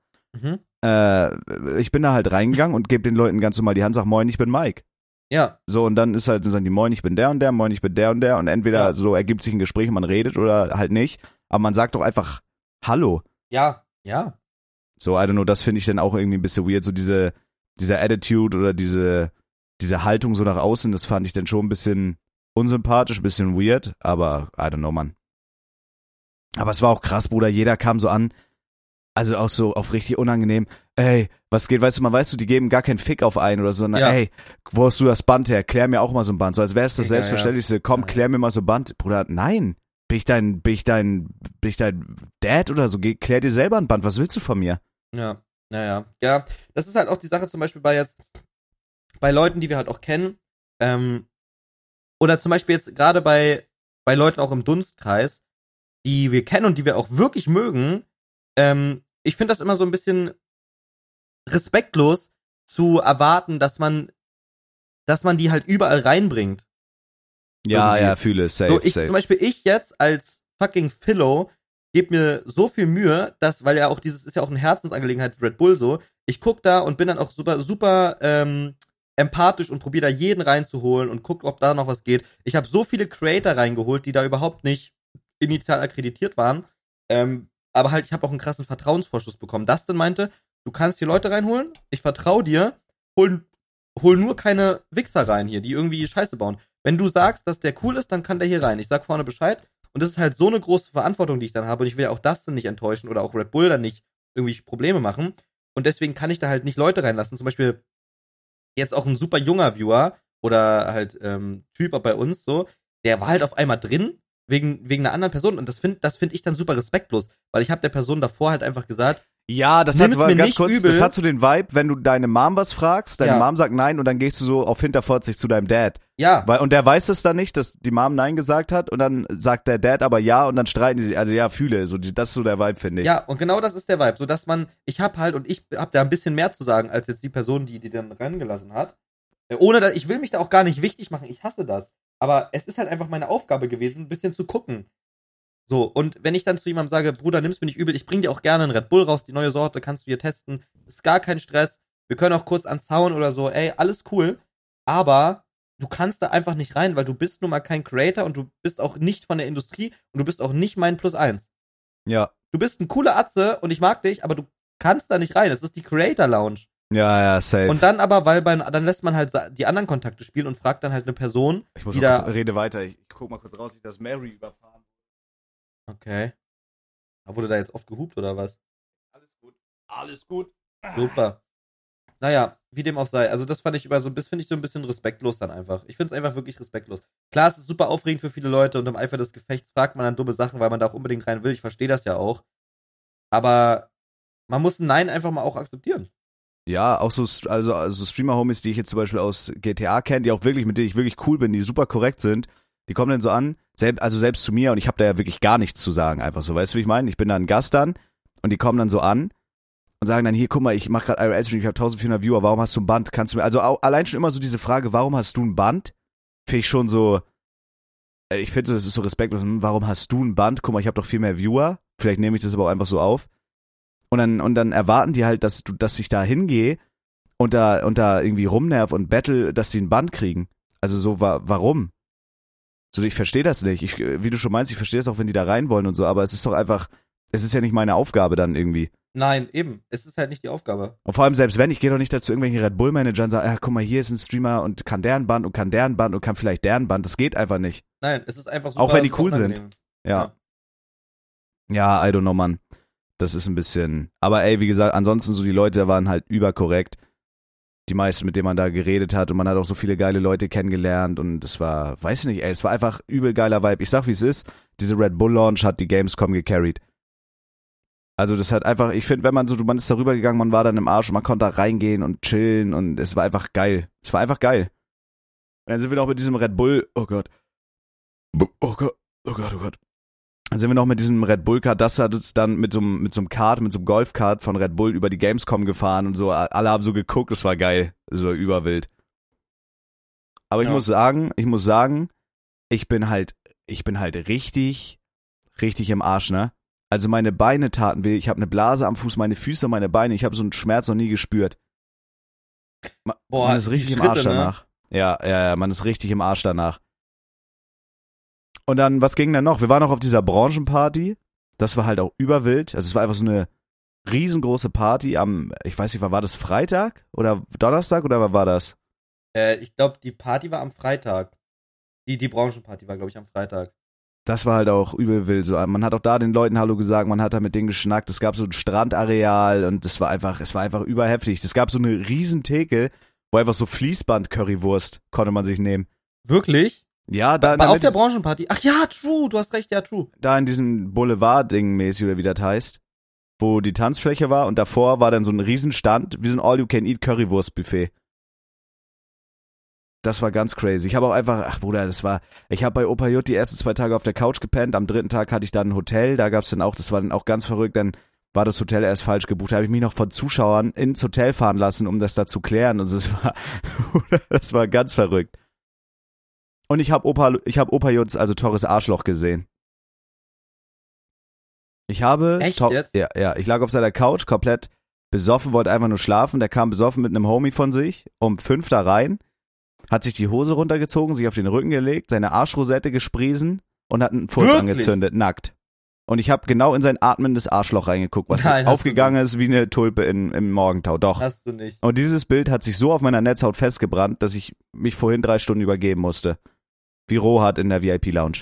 Ich bin da halt reingegangen und gebe den Leuten ganz normal die Hand, sag Moin, ich bin Mike. Ja. So, und dann sagen die Moin, ich bin der und der, Moin, ich bin der und der und entweder so ergibt sich ein Gespräch und man redet oder halt nicht, aber man sagt doch einfach Hallo. Ja. So, I don't know, das finde ich dann auch irgendwie ein bisschen weird, so diese Attitude oder diese Haltung so nach außen, das fand ich dann schon ein bisschen unsympathisch, ein bisschen weird, aber I don't know, Mann. Aber es war auch krass, Bruder, jeder kam so an, also auch so auf richtig unangenehm, ey, was geht, weißt du, die geben gar keinen Fick auf einen oder so, sondern ey, wo hast du das Band her, klär mir auch mal so ein Band, so als wäre es das Selbstverständlichste, komm, klär mir mal so ein Band, Bruder, nein, bin ich dein Dad oder so, klär dir selber ein Band, was willst du von mir? Ja, das ist halt auch die Sache zum Beispiel bei Leuten, die wir halt auch kennen, oder zum Beispiel jetzt gerade bei Leuten auch im Dunstkreis, die wir kennen und die wir auch wirklich mögen, ich finde das immer so ein bisschen respektlos zu erwarten, dass man die halt überall reinbringt. Ja, fühle es, safe, so, zum Beispiel ich jetzt als fucking Philo gebe mir so viel Mühe, dass, weil ja auch ist ja auch eine Herzensangelegenheit Red Bull so, ich guck da und bin dann auch super empathisch und probiere da jeden reinzuholen und guck, ob da noch was geht. Ich habe so viele Creator reingeholt, die da überhaupt nicht initial akkreditiert waren, aber halt, ich habe auch einen krassen Vertrauensvorschuss bekommen. Dustin meinte, du kannst hier Leute reinholen, ich vertraue dir, hol nur keine Wichser rein hier, die irgendwie Scheiße bauen. Wenn du sagst, dass der cool ist, dann kann der hier rein. Ich sag vorne Bescheid. Und das ist halt so eine große Verantwortung, die ich dann habe. Und ich will ja auch Dustin nicht enttäuschen oder auch Red Bull dann nicht irgendwie Probleme machen. Und deswegen kann ich da halt nicht Leute reinlassen. Zum Beispiel jetzt auch ein super junger Viewer oder halt Typ auch bei uns so, der war halt auf einmal drin wegen einer anderen Person. Und das find ich dann super respektlos. Weil ich habe der Person davor halt einfach gesagt, ja, das hat so den Vibe, wenn du deine Mom was fragst, deine Mom sagt nein und dann gehst du so auf hinterfotzig zu deinem Dad. Ja. Und der weiß es dann nicht, dass die Mom nein gesagt hat und dann sagt der Dad aber ja und dann streiten die sich. Also ja, fühle, so, das ist so der Vibe, finde ich. Ja, und genau das ist der Vibe. So, dass ich hab da ein bisschen mehr zu sagen, als jetzt die Person, die dann reingelassen hat. Ich will mich da auch gar nicht wichtig machen, ich hasse das. Aber es ist halt einfach meine Aufgabe gewesen, ein bisschen zu gucken. So, und wenn ich dann zu jemandem sage, Bruder, nimm's mir nicht übel, ich bring dir auch gerne einen Red Bull raus, die neue Sorte, kannst du hier testen, ist gar kein Stress, wir können auch kurz anzauen oder so, ey, alles cool, aber du kannst da einfach nicht rein, weil du bist nun mal kein Creator und du bist auch nicht von der Industrie und du bist auch nicht mein +1. Ja. Du bist ein cooler Atze und ich mag dich, aber du kannst da nicht rein, es ist die Creator Lounge. Ja, safe. Und dann aber, dann lässt man halt die anderen Kontakte spielen und fragt dann halt eine Person, rede weiter, ich guck mal kurz raus, ich das Mary überfahren. Okay. Wurde da jetzt oft gehupt oder was? Alles gut. Alles gut. Super. Naja, wie dem auch sei. Also das finde ich so ein bisschen respektlos dann einfach. Ich finde es einfach wirklich respektlos. Klar, es ist super aufregend für viele Leute und im Eifer des Gefechts fragt man dann dumme Sachen, weil man da auch unbedingt rein will. Ich verstehe das ja auch. Aber man muss ein Nein einfach mal auch akzeptieren. Ja, auch so, also Streamer-Homies, die ich jetzt zum Beispiel aus GTA kenne, die auch wirklich, mit denen ich wirklich cool bin, die super korrekt sind, die kommen dann so an, selbst zu mir und ich habe da ja wirklich gar nichts zu sagen, einfach so, weißt du, wie ich meine? Ich bin da ein Gast dann und die kommen dann so an und sagen dann, hier, guck mal, ich mache gerade IRL-Stream, ich habe 1400 Viewer, warum hast du ein Band? Kannst du mir, also auch, allein schon immer so diese Frage, warum hast du ein Band? Finde ich schon so, ich finde, das ist so respektlos, warum hast du ein Band? Guck mal, ich habe doch viel mehr Viewer, vielleicht nehme ich das aber auch einfach so auf. Und dann erwarten die halt, dass ich da hingehe und da irgendwie rumnerv und battle, dass die ein Band kriegen. Also so, warum? So, ich verstehe das nicht. Wie du schon meinst, ich verstehe es auch, wenn die da rein wollen und so, aber es ist doch einfach, es ist ja nicht meine Aufgabe dann irgendwie. Nein, eben. Es ist halt nicht die Aufgabe. Und vor allem, selbst wenn, ich gehe doch nicht dazu irgendwelchen Red Bull-Managern und sage, guck mal, hier ist ein Streamer und kann deren Band und kann deren Band und kann vielleicht deren Band. Das geht einfach nicht. Nein, es ist einfach super. Auch wenn die cool unangenehm. sind. Ja. Ja, I don't know, Mann. Das ist ein bisschen, aber ey, wie gesagt, ansonsten so die Leute waren halt überkorrekt. Die meisten, mit denen man da geredet hat und man hat auch so viele geile Leute kennengelernt und es war, weiß nicht, ey, es war einfach übel geiler Vibe. Ich sag, wie es ist, diese Red Bull Launch hat die Gamescom gecarried. Also das hat einfach, ich finde, man ist da rübergegangen, man war dann im Arsch und man konnte da reingehen und chillen und es war einfach geil. Es war einfach geil. Und dann sind wir noch mit diesem Red Bull, oh Gott. Oh Gott, oh Gott, oh Gott. Dann sind wir noch mit diesem Red Bull Kart, das hat uns dann mit so einem Golfkart von Red Bull über die Gamescom gefahren und so, alle haben so geguckt, das war geil, das war überwild. Aber ich muss sagen, ich bin halt richtig im Arsch, ne? Also meine Beine taten weh, ich habe eine Blase am Fuß, meine Füße, meine Beine, ich habe so einen Schmerz noch nie gespürt. Boah, man ist richtig im Arsch danach. Ne? Ja, man ist richtig im Arsch danach. Und dann, was ging dann noch? Wir waren noch auf dieser Branchenparty. Das war halt auch überwild. Also es war einfach so eine riesengroße Party ich weiß nicht, war das Freitag oder Donnerstag oder was war das? Ich glaube, die Party war am Freitag. Die Branchenparty war, glaube ich, am Freitag. Das war halt auch übelwild. So, man hat auch da den Leuten Hallo gesagt, man hat da mit denen geschnackt. Es gab so ein Strandareal und es war einfach überheftig. Es gab so eine riesen Theke, wo einfach so Fließband-Currywurst konnte man sich nehmen. Wirklich? Ja, da auf der Branchenparty. Ach ja, true, du hast recht, ja, true. Da in diesem Boulevard-Ding mäßig oder wie das heißt, wo die Tanzfläche war und davor war dann so ein Riesenstand, wie so ein All-You-Can-Eat-Currywurst-Buffet. Das war ganz crazy. Ich habe auch einfach, ich habe bei Opa J die ersten 2 Tage auf der Couch gepennt, am 3. Tag hatte ich dann ein Hotel, da gab's dann auch, das war dann auch ganz verrückt, dann war das Hotel erst falsch gebucht, da habe ich mich noch von Zuschauern ins Hotel fahren lassen, um das da zu klären, also das war ganz verrückt. Und ich habe Opa Jutz, also Torres Arschloch gesehen. Ich habe Echt jetzt? Ja, ich lag auf seiner Couch, komplett besoffen, wollte einfach nur schlafen. Der kam besoffen mit einem Homie von sich, um 5 da rein, hat sich die Hose runtergezogen, sich auf den Rücken gelegt, seine Arschrosette gespriesen und hat einen Furz angezündet, nackt. Und ich habe genau in sein atmendes Arschloch reingeguckt, was aufgegangen ist wie eine Tulpe im Morgentau. Doch. Hast du nicht. Und dieses Bild hat sich so auf meiner Netzhaut festgebrannt, dass ich mich vorhin 3 Stunden übergeben musste. Wie Rohat in der VIP-Lounge.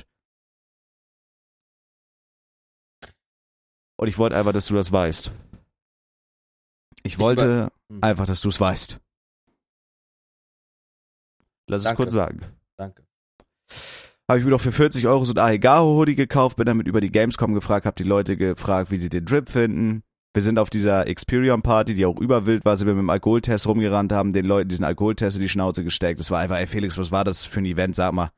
Und ich wollte einfach, dass du das weißt. Ich wollte einfach, dass du es weißt. Lass es kurz sagen. Danke. Habe ich mir doch für 40 Euro so ein Ahegao-Hoodie gekauft, bin damit über die Gamescom gefragt, habe die Leute gefragt, wie sie den Drip finden. Wir sind auf dieser Experion-Party, die auch überwild war, sind wir mit dem Alkoholtest rumgerannt, haben den Leuten diesen Alkoholtest in die Schnauze gesteckt. Das war einfach, ey Felix, was war das für ein Event, sag mal.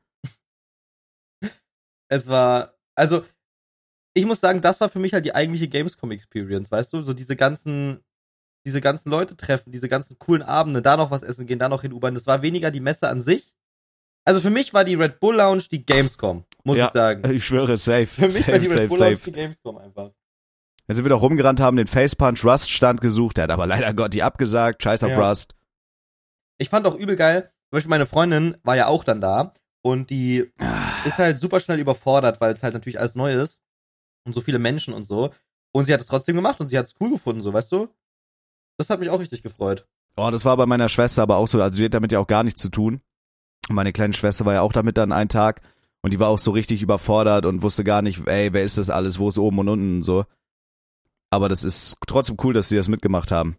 Es war, also, ich muss sagen, das war für mich halt die eigentliche Gamescom-Experience, weißt du? So diese ganzen Leute treffen, diese ganzen coolen Abende, da noch was essen gehen, da noch hin U-Bahn. Das war weniger die Messe an sich. Also für mich war die Red Bull Lounge die Gamescom, muss ich sagen. Ich schwöre, safe. Für mich war die Red Bull Lounge die Gamescom einfach. Dann sind wir doch rumgerannt, haben den Facepunch Rust Stand gesucht, der hat aber leider Gotti abgesagt, scheiß auf Rust. Ich fand auch übel geil, zum Beispiel meine Freundin war ja auch dann da und die ist halt super schnell überfordert, weil es halt natürlich alles neu ist und so viele Menschen und so. Und sie hat es trotzdem gemacht und sie hat es cool gefunden, so, weißt du? Das hat mich auch richtig gefreut. Oh, das war bei meiner Schwester aber auch so, also die hat damit ja auch gar nichts zu tun. Meine kleine Schwester war ja auch damit dann einen Tag Und die war auch so richtig überfordert und wusste gar nicht, ey, wer ist das alles, wo ist oben und unten und so. Aber das ist trotzdem cool, dass sie das mitgemacht haben.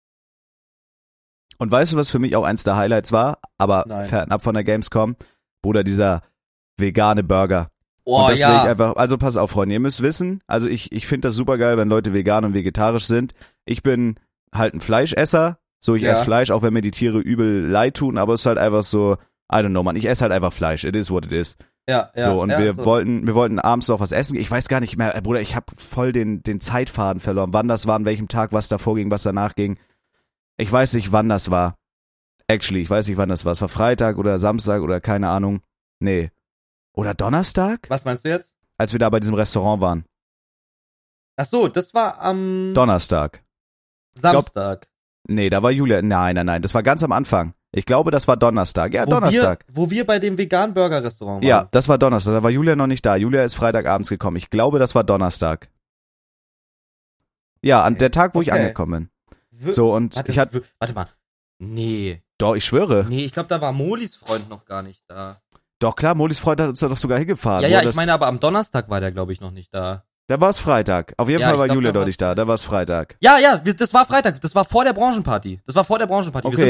Und weißt du, was für mich auch eins der Highlights war? Aber fernab von der Gamescom, Bruder, dieser vegane Burger. Oh, und das ja. will ich einfach, also pass auf, Freunde, ihr müsst wissen, also ich finde das super geil, wenn Leute vegan und vegetarisch sind. Ich bin halt ein Fleischesser, so ich esse Fleisch, auch wenn mir die Tiere übel leid tun, aber es ist halt einfach so, I don't know, man, ich esse halt einfach Fleisch, it is what it is. Ja. So, und wir so. wollten abends noch was essen, ich weiß gar nicht mehr, Bruder, ich habe voll den Zeitfaden verloren, wann das war, an welchem Tag, was davor ging, was danach ging. Ich weiß nicht, wann das war. Actually, ich weiß nicht, wann das war. Es war Freitag oder Samstag oder keine Ahnung. Nee. Oder Donnerstag? Was meinst du jetzt? Als wir da bei diesem Restaurant waren. Ach so, das war am Donnerstag. Samstag. Nee, da war Julia. Nein, das war ganz am Anfang. Ich glaube, das war Donnerstag. Ja, Donnerstag. Wo wir bei dem veganen Burger-Restaurant waren. Ja, das war Donnerstag. Da war Julia noch nicht da. Julia ist Freitagabends gekommen. Ich glaube, das war Donnerstag. Ja, an der Tag, wo ich angekommen bin. So, und Warte mal. Nee. Doch, ich schwöre. Nee, ich glaube, da war Molis Freund noch gar nicht da. Doch, klar, Molis Freund hat uns da doch sogar hingefahren. Ja, ich meine, aber am Donnerstag war der, glaube ich, noch nicht da. Da war es Freitag. Auf jeden Fall war Julia dort nicht da. Da war es Freitag. Ja, das war Freitag. Das war vor der Branchenparty. Okay,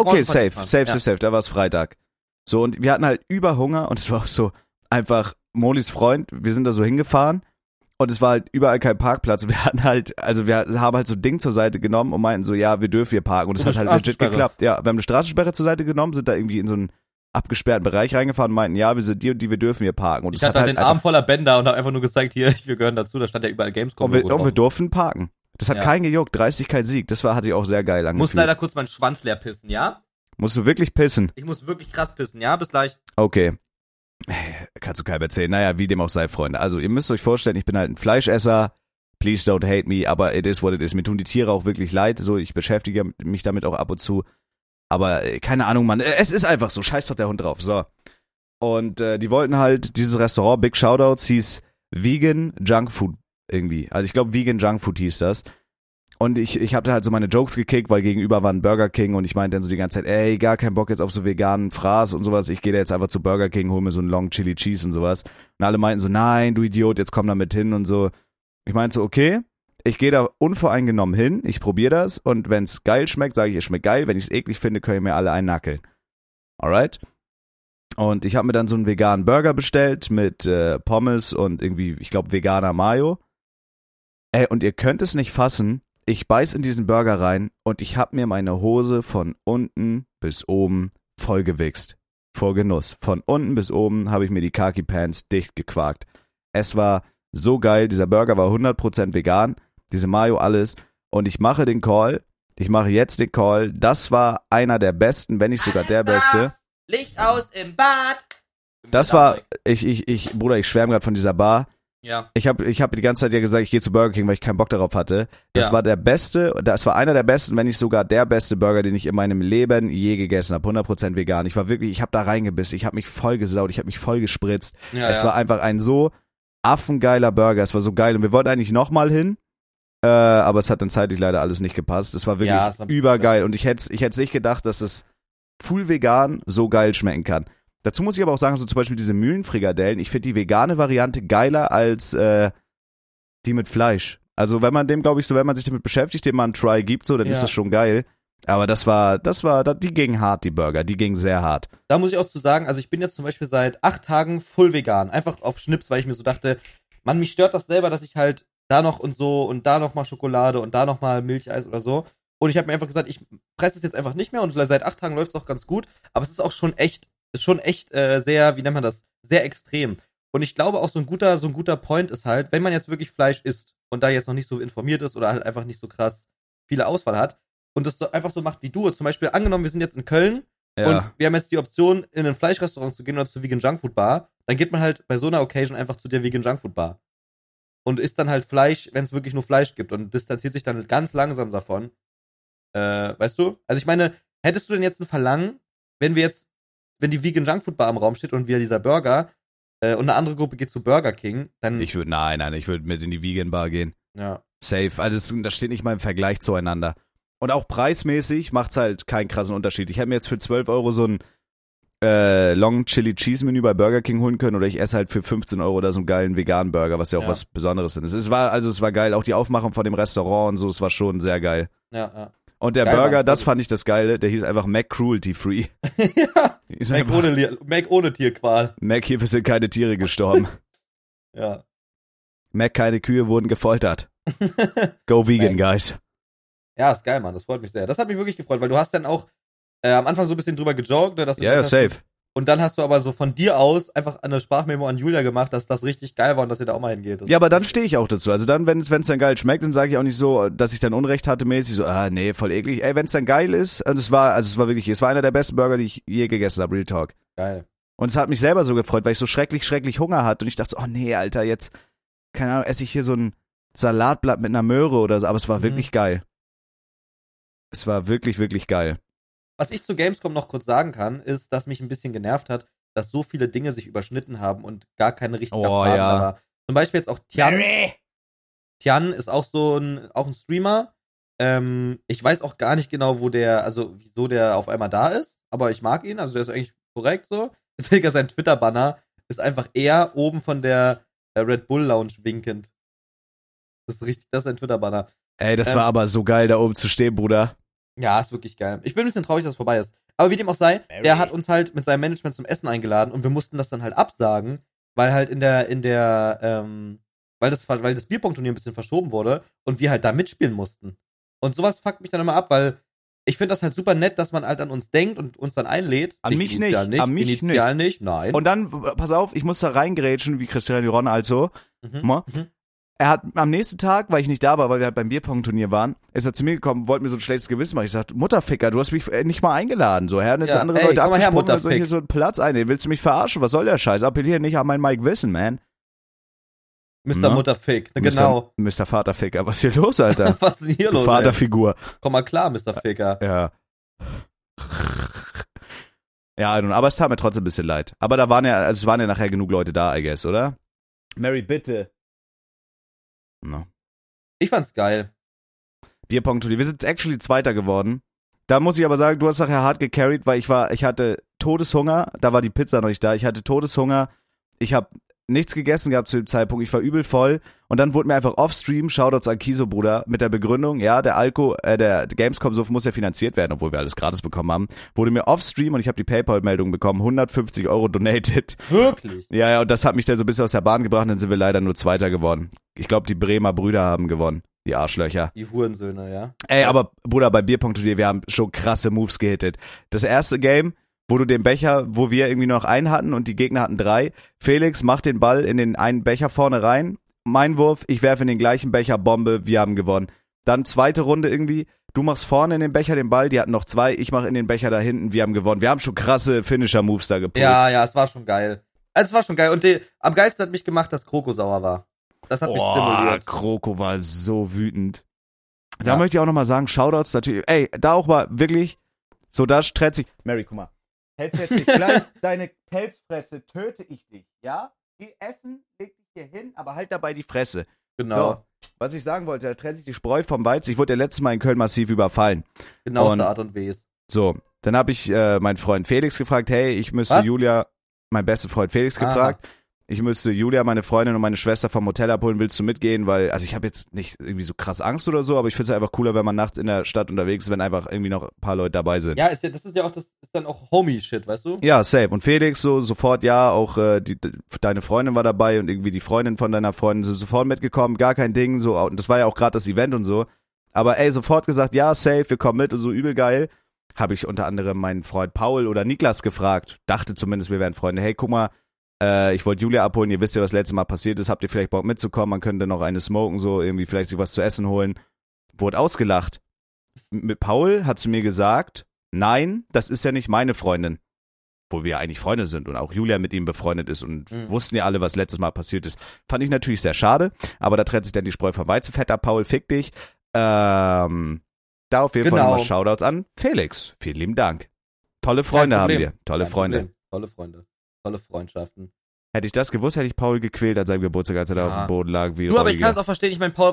safe. Da war es Freitag. So, und wir hatten halt Überhunger und es war auch so einfach Molis Freund. Wir sind da so hingefahren und es war halt überall kein Parkplatz. Wir hatten halt, also wir haben halt so ein Ding zur Seite genommen und meinten so, ja, wir dürfen hier parken. Und es hat halt legit geklappt. Ja, wir haben eine Straßensperre zur Seite genommen, sind da irgendwie in so einen abgesperrten Bereich reingefahren und meinten, ja, wir sind die und die, wir dürfen hier parken. Und ich hatte halt den Arm voller Bänder und habe einfach nur gezeigt, hier, wir gehören dazu, da stand ja überall Gamescom. Und wir durften parken. Das hat keinen gejuckt, Dreistigkeit siegt. Das hat sich auch sehr geil angefühlt. Muss leider kurz meinen Schwanz leer pissen, ja? Musst du wirklich pissen? Ich muss wirklich krass pissen, ja? Bis gleich. Okay. Kannst du keinem erzählen. Naja, wie dem auch sei, Freunde. Also, ihr müsst euch vorstellen, ich bin halt ein Fleischesser. Please don't hate me, aber it is what it is. Mir tun die Tiere auch wirklich leid. So, ich beschäftige mich damit auch ab und zu. Aber keine Ahnung, Mann. Es ist einfach so. Scheiß doch der Hund drauf. So. Und die wollten halt, dieses Restaurant, Big Shoutouts, hieß Vegan Junk Food irgendwie. Also ich glaube, Vegan Junk Food hieß das. Und ich habe da halt so meine Jokes gekickt, weil gegenüber war ein Burger King und ich meinte dann so die ganze Zeit, ey, gar keinen Bock jetzt auf so veganen Fraß und sowas. Ich gehe da jetzt einfach zu Burger King, hol mir so einen Long Chili Cheese und sowas. Und alle meinten so, nein, du Idiot, jetzt komm da mit hin und so. Ich meinte so, okay, ich gehe da unvoreingenommen hin, ich probiere das und wenn es geil schmeckt, sage ich, es schmeckt geil. Wenn ich es eklig finde, können mir alle einen nackeln. Alright? Und ich habe mir dann so einen veganen Burger bestellt mit Pommes und irgendwie, ich glaube, veganer Mayo. Ey, und ihr könnt es nicht fassen, ich beiß in diesen Burger rein und ich hab mir meine Hose von unten bis oben vollgewichst. Vor Genuss. Von unten bis oben habe ich mir die Khaki Pants dicht gequakt. Es war so geil, dieser Burger war 100% vegan, diese Mayo, alles. Und ich mache den Call, das war einer der besten, wenn nicht sogar der beste. Licht aus im Bad. Das war, Bruder, ich schwärme gerade von dieser Bar. Ja. Ich hab die ganze Zeit ja gesagt, ich gehe zu Burger King, weil ich keinen Bock darauf hatte. Das war das war einer der besten, wenn nicht sogar der beste Burger, den ich in meinem Leben je gegessen habe. 100% vegan. Ich habe da reingebissen, ich habe mich voll gesaut, ich habe mich voll gespritzt. Es war einfach ein so affengeiler Burger, es war so geil. Und wir wollten eigentlich nochmal hin, aber es hat dann zeitlich leider alles nicht gepasst. Es war wirklich übergeil. Und ich hätte nicht gedacht, dass es full vegan so geil schmecken kann. Dazu muss ich aber auch sagen, so zum Beispiel diese Mühlenfrikadellen, ich finde die vegane Variante geiler als die mit Fleisch. Also wenn man sich damit beschäftigt, dem mal einen Try gibt, so, dann ist das schon geil. Aber die gingen hart, die Burger, die gingen sehr hart. Da muss ich auch zu sagen, also ich bin jetzt zum Beispiel seit 8 Tagen full vegan, einfach auf Schnips, weil ich mir so dachte, Mann, mich stört das selber, dass ich halt da noch und so und da noch mal Schokolade und da noch mal Milcheis oder so. Und ich habe mir einfach gesagt, ich presse es jetzt einfach nicht mehr und seit 8 Tagen läuft es auch ganz gut. Aber es ist auch schon echt sehr, wie nennt man das, sehr extrem. Und ich glaube auch so ein guter Point ist halt, wenn man jetzt wirklich Fleisch isst und da jetzt noch nicht so informiert ist oder halt einfach nicht so krass viele Auswahl hat und das so einfach so macht wie du, zum Beispiel angenommen, wir sind jetzt in Köln und wir haben jetzt die Option, in ein Fleischrestaurant zu gehen oder zur Vegan Junkfood Bar, dann geht man halt bei so einer Occasion einfach zu der Vegan Junkfood Bar und isst dann halt Fleisch, wenn es wirklich nur Fleisch gibt und distanziert sich dann ganz langsam davon. Weißt du? Also ich meine, hättest du denn jetzt ein Verlangen, wenn die Vegan Junkfood Bar im Raum steht und wir dieser Burger und eine andere Gruppe geht zu Burger King, dann... Ich würde mit in die Vegan Bar gehen. Ja. Safe. Also das steht nicht mal im Vergleich zueinander. Und auch preismäßig macht's halt keinen krassen Unterschied. Ich hätte mir jetzt für 12 € so ein Long Chili Cheese Menü bei Burger King holen können oder ich esse halt für 15 Euro da so einen geilen veganen Burger, was ja auch was Besonderes ist. Es war geil, auch die Aufmachung von dem Restaurant und so, es war schon sehr geil. Ja. Und der geil, Burger, Mann. das fand ich das Geile, der hieß einfach Mac Cruelty Free. Ja, Mac ohne Tierqual. Mac, hier sind keine Tiere gestorben. Ja. Mac, keine Kühe wurden gefoltert. Go vegan, guys. Ja, ist geil, Mann, das freut mich sehr. Das hat mich wirklich gefreut, weil du hast dann auch am Anfang so ein bisschen drüber gejoggt. Ne, dass du Ja, safe. Und dann hast du aber so von dir aus einfach eine Sprachmemo an Julia gemacht, dass das richtig geil war und dass ihr da auch mal hingeht. Ja, aber dann stehe ich auch dazu. Also dann, wenn es dann geil schmeckt, dann sage ich auch nicht so, dass ich dann Unrecht hatte mäßig, so, nee, voll eklig. Ey, wenn es dann geil ist, und es war einer der besten Burger, die ich je gegessen habe, Real Talk. Geil. Und es hat mich selber so gefreut, weil ich so schrecklich Hunger hatte und ich dachte so, oh nee, Alter, jetzt, keine Ahnung, esse ich hier so ein Salatblatt mit einer Möhre oder so, aber es war wirklich geil. Es war wirklich, wirklich geil. Was ich zu Gamescom noch kurz sagen kann, ist, dass mich ein bisschen genervt hat, dass so viele Dinge sich überschnitten haben und gar keine richtige Erfahrung da war. Zum Beispiel jetzt auch Tian. Tian ist auch auch ein Streamer. Ich weiß auch gar nicht genau, wieso der auf einmal da ist, aber ich mag ihn, also der ist eigentlich korrekt so. Deswegen sein Twitter-Banner ist einfach eher oben von der Red Bull Lounge winkend. Das ist sein Twitter-Banner. Ey, das war aber so geil, da oben zu stehen, Bruder. Ja, ist wirklich geil. Ich bin ein bisschen traurig, dass es vorbei ist. Aber wie dem auch sei, der hat uns halt mit seinem Management zum Essen eingeladen und wir mussten das dann halt absagen, weil halt weil das Bierpong-Turnier ein bisschen verschoben wurde und wir halt da mitspielen mussten. Und sowas fuckt mich dann immer ab, weil ich finde das halt super nett, dass man halt an uns denkt und uns dann einlädt. An mich nicht. An mich initial nicht. Nein. Und dann, pass auf, ich muss da reingrätschen, wie Cristiano Ronaldo also. Er hat am nächsten Tag, weil ich nicht da war, weil wir halt beim Bierpong-Turnier waren, ist er zu mir gekommen, wollte mir so ein schlechtes Gewissen machen. Ich sagte, Mutterficker, du hast mich nicht mal eingeladen. So, und jetzt andere Leute abgesprungen, also hier so einen Platz einnehmen. Willst du mich verarschen? Was soll der Scheiß? Appelliere nicht an mein Mike Wissen, man. Mr. Mutterfick, genau. Mr. Vaterficker, was ist hier los, Alter? Was ist denn hier los, Vaterfigur. Komm mal klar, Mr. Ficker. Ja. Ja, aber es tat mir trotzdem ein bisschen leid. Aber es waren ja nachher genug Leute da, I guess, oder? Mary, bitte. No. Ich fand's geil. Bierpong-Turnier. Wir sind actually Zweiter geworden. Da muss ich aber sagen, du hast nachher hart gecarried, weil ich hatte Todeshunger. Da war die Pizza noch nicht da. Ich hatte Todeshunger. Ich habe nichts gegessen gehabt zu dem Zeitpunkt. Ich war übel voll. Und dann wurde mir einfach offstream, Shoutouts an Kiso, Bruder, mit der Begründung, ja, der Gamescom-Suff muss ja finanziert werden, obwohl wir alles gratis bekommen haben. Wurde mir offstream und ich habe die PayPal-Meldung bekommen, 150 Euro donated. Wirklich? Ja, und das hat mich dann so ein bisschen aus der Bahn gebracht, dann sind wir leider nur Zweiter geworden. Ich glaube, die Bremer Brüder haben gewonnen. Die Arschlöcher. Die Hurensöhne, ja. Ey, aber Bruder, bei Bierpong-Turnier, wir haben schon krasse Moves gehittet. Das erste Game, wo du den Becher, wo wir irgendwie nur noch einen hatten und die Gegner hatten 3. Felix macht den Ball in den einen Becher vorne rein. Mein Wurf, ich werfe in den gleichen Becher, Bombe, wir haben gewonnen. Dann zweite Runde irgendwie, du machst vorne in den Becher den Ball, die hatten noch 2, ich mache in den Becher da hinten, wir haben gewonnen. Wir haben schon krasse Finisher-Moves da gepult. Ja, es war schon geil. Es war schon geil. Und am geilsten hat mich gemacht, dass Kroko sauer war. Das hat mich stimuliert. Kroko war so wütend. Da möchte ich auch nochmal sagen, Shoutouts natürlich. Ey, da auch mal wirklich, so da stretzt sich. Mary, guck mal. Hältst jetzt nicht gleich deine Pelzfresse, töte ich dich, ja? Geh essen, leg dich hier hin, aber halt dabei die Fresse. Genau. So, was ich sagen wollte, da trennt sich die Spreu vom Weizen. Ich wurde ja letztes Mal in Köln massiv überfallen. Genau aus der Art und Weise. So, dann habe ich meinen Freund Felix gefragt, hey, ich müsste Julia, mein bester Freund Felix gefragt, ich müsste Julia, meine Freundin und meine Schwester vom Hotel abholen, willst du mitgehen? Weil, also ich habe jetzt nicht irgendwie so krass Angst oder so, aber ich finde es einfach cooler, wenn man nachts in der Stadt unterwegs ist, wenn einfach irgendwie noch ein paar Leute dabei sind. Ja, das ist dann auch Homie-Shit, weißt du? Ja, safe. Und Felix sofort, ja, auch deine Freundin war dabei und irgendwie die Freundin von deiner Freundin sind sofort mitgekommen, gar kein Ding, so, und das war ja auch gerade das Event und so. Aber ey, sofort gesagt, ja, safe, wir kommen mit und so, übel geil. Habe ich unter anderem meinen Freund Paul oder Niklas gefragt, dachte zumindest, wir wären Freunde, hey, guck mal, ich wollte Julia abholen, ihr wisst ja, was letztes Mal passiert ist, habt ihr vielleicht Bock mitzukommen, man könnte noch eine smoken, so irgendwie vielleicht sich was zu essen holen. Wurde ausgelacht. Mit Paul hat zu mir gesagt, nein, das ist ja nicht meine Freundin. Wo wir ja eigentlich Freunde sind und auch Julia mit ihm befreundet ist und wussten ja alle, was letztes Mal passiert ist. Fand ich natürlich sehr schade, aber da trennt sich dann die Spreu vom Weizen. Fetter Paul, fick dich. Da auf jeden Fall nochmal Shoutouts an Felix. Vielen lieben Dank. Tolle Freunde haben wir. Tolle Freunde. Tolle Freunde. Tolle Freundschaften. Hätte ich das gewusst, hätte ich Paul gequält an seinem Geburtstag, als er da auf dem Boden lag. Wie aber ich kann es auch verstehen. Ich meine, Paul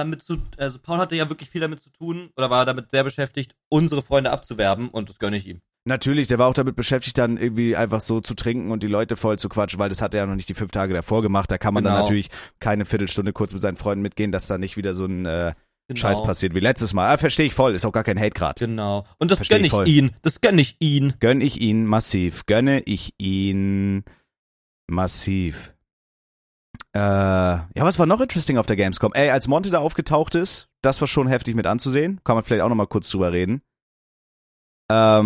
hatte ja wirklich viel damit zu tun oder war damit sehr beschäftigt, unsere Freunde abzuwerben und das gönne ich ihm. Natürlich, der war auch damit beschäftigt, dann irgendwie einfach so zu trinken und die Leute voll zu quatschen, weil das hat er ja noch nicht die 5 Tage davor gemacht. Da kann man dann natürlich keine Viertelstunde kurz mit seinen Freunden mitgehen, dass da nicht wieder so ein Scheiß passiert wie letztes Mal. Verstehe ich voll, ist auch gar kein Hate grad. Genau. Und das gönne ich ihn. Gönne ich ihn massiv. Ja, was war noch interesting auf der Gamescom? Ey, als Monte da aufgetaucht ist, das war schon heftig mit anzusehen. Kann man vielleicht auch nochmal kurz drüber reden. Ja,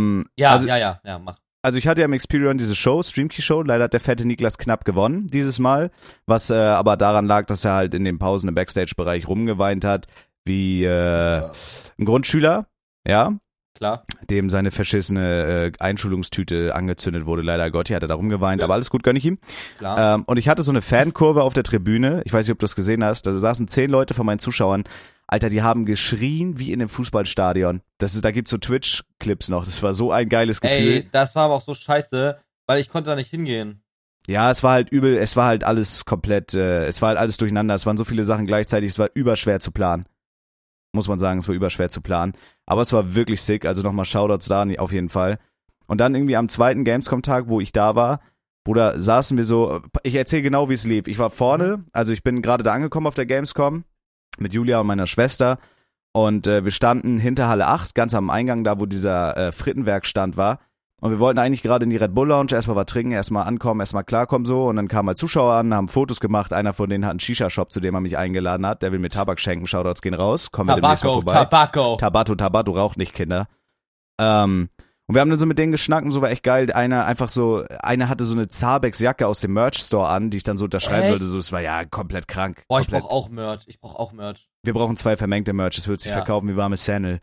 mach. Also ich hatte ja im Experion diese Show, Streamkey-Show, leider hat der fette Niklas knapp gewonnen dieses Mal, was aber daran lag, dass er halt in den Pausen im Backstage-Bereich rumgeweint hat, wie ein Grundschüler, ja, klar, dem seine verschissene Einschulungstüte angezündet wurde, leider Gotti, hat er da rumgeweint, aber alles gut, gönn ich ihm. Klar. Und ich hatte so eine Fankurve auf der Tribüne, ich weiß nicht, ob du das gesehen hast, da saßen 10 Leute von meinen Zuschauern, Alter, die haben geschrien wie in einem Fußballstadion. Da gibt's so Twitch-Clips noch. Das war so ein geiles Gefühl. Ey, das war aber auch so scheiße, weil ich konnte da nicht hingehen. Ja, es war halt übel, es war halt alles komplett, es war halt alles durcheinander. Es waren so viele Sachen gleichzeitig, es war überschwer zu planen. Muss man sagen, es war überschwer zu planen. Aber es war wirklich sick, also nochmal Shoutouts da auf jeden Fall. Und dann irgendwie am zweiten Gamescom-Tag, wo ich da war, Bruder, saßen wir so, ich erzähle genau, wie es lief. Ich war vorne, also ich bin gerade da angekommen auf der Gamescom mit Julia und meiner Schwester und wir standen hinter Halle 8, ganz am Eingang, da wo dieser Frittenwerkstand war und wir wollten eigentlich gerade in die Red Bull Lounge, erstmal was trinken, erstmal ankommen, erstmal klarkommen so und dann kamen halt Zuschauer an, haben Fotos gemacht, einer von denen hat einen Shisha-Shop, zu dem er mich eingeladen hat, der will mir Tabak schenken, Shoutouts gehen raus, kommen wir demnächst mal vorbei. Tabato raucht nicht, Kinder. Und wir haben dann so mit denen geschnackt und so, war echt geil. Einer hatte so eine Zabex-Jacke aus dem Merch-Store an, die ich dann so unterschreiben würde. So, es war ja komplett krank. Boah, komplett. Ich brauch auch Merch. Wir brauchen 2 vermengte Merch, es wird sich verkaufen wie warme Sennel.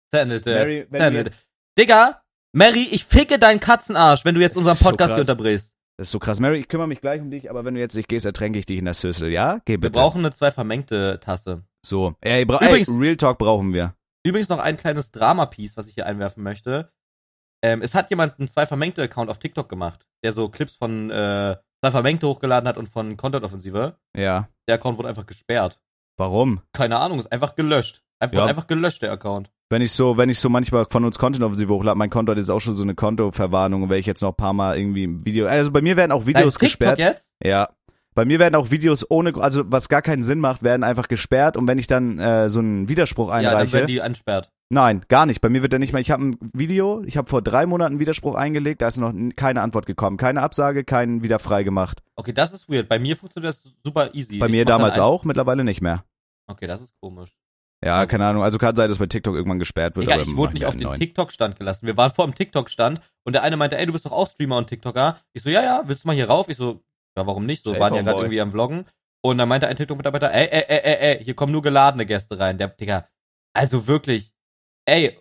Sennel. Digga, Mary, ich ficke deinen Katzenarsch, wenn du jetzt unseren Podcast hier unterbrichst. Das ist so krass. Mary, ich kümmere mich gleich um dich, aber wenn du jetzt nicht gehst, ertränke ich dich in der Süssel, ja? Geh bitte. Wir brauchen eine 2 vermengte Tasse. So. Ey, Real Talk brauchen wir. Übrigens noch ein kleines Drama-Piece, was ich hier einwerfen möchte. Es hat jemand einen 2 vermengte Account auf TikTok gemacht, der so Clips von 2 vermengte hochgeladen hat und von Content-Offensive. Ja. Der Account wurde einfach gesperrt. Warum? Keine Ahnung, ist einfach gelöscht. Einfach gelöscht, der Account. Wenn ich so manchmal von uns Content-Offensive hochlade, mein Konto hat jetzt auch schon so eine Kontoverwarnung und wenn ich jetzt noch ein paar Mal irgendwie ein Video, also bei mir werden auch Videos gesperrt. Jetzt? Ja. Bei mir werden auch Videos also was gar keinen Sinn macht, werden einfach gesperrt und wenn ich dann so einen Widerspruch einreiche. Ja, dann werden die entsperrt. Nein, gar nicht. Bei mir wird der nicht mehr. Ich habe vor 3 Monaten einen Widerspruch eingelegt, da ist noch keine Antwort gekommen. Keine Absage, keinen wieder frei gemacht. Okay, das ist weird. Bei mir funktioniert das super easy. Bei mir damals auch, mittlerweile nicht mehr. Okay, das ist komisch. Ja, okay. Keine Ahnung. Also kann sein, dass bei TikTok irgendwann gesperrt wird. Egal, ich wurde nicht auf den TikTok-Stand gelassen. Wir waren vor dem TikTok-Stand und der eine meinte, ey, du bist doch auch Streamer und TikToker. Ich so, ja, willst du mal hier rauf? Ich so, ja, warum nicht? So, waren ja gerade irgendwie am Vloggen. Und dann meinte ein TikTok-Mitarbeiter, ey, hier kommen nur geladene Gäste rein. Der Digga, also wirklich, ey,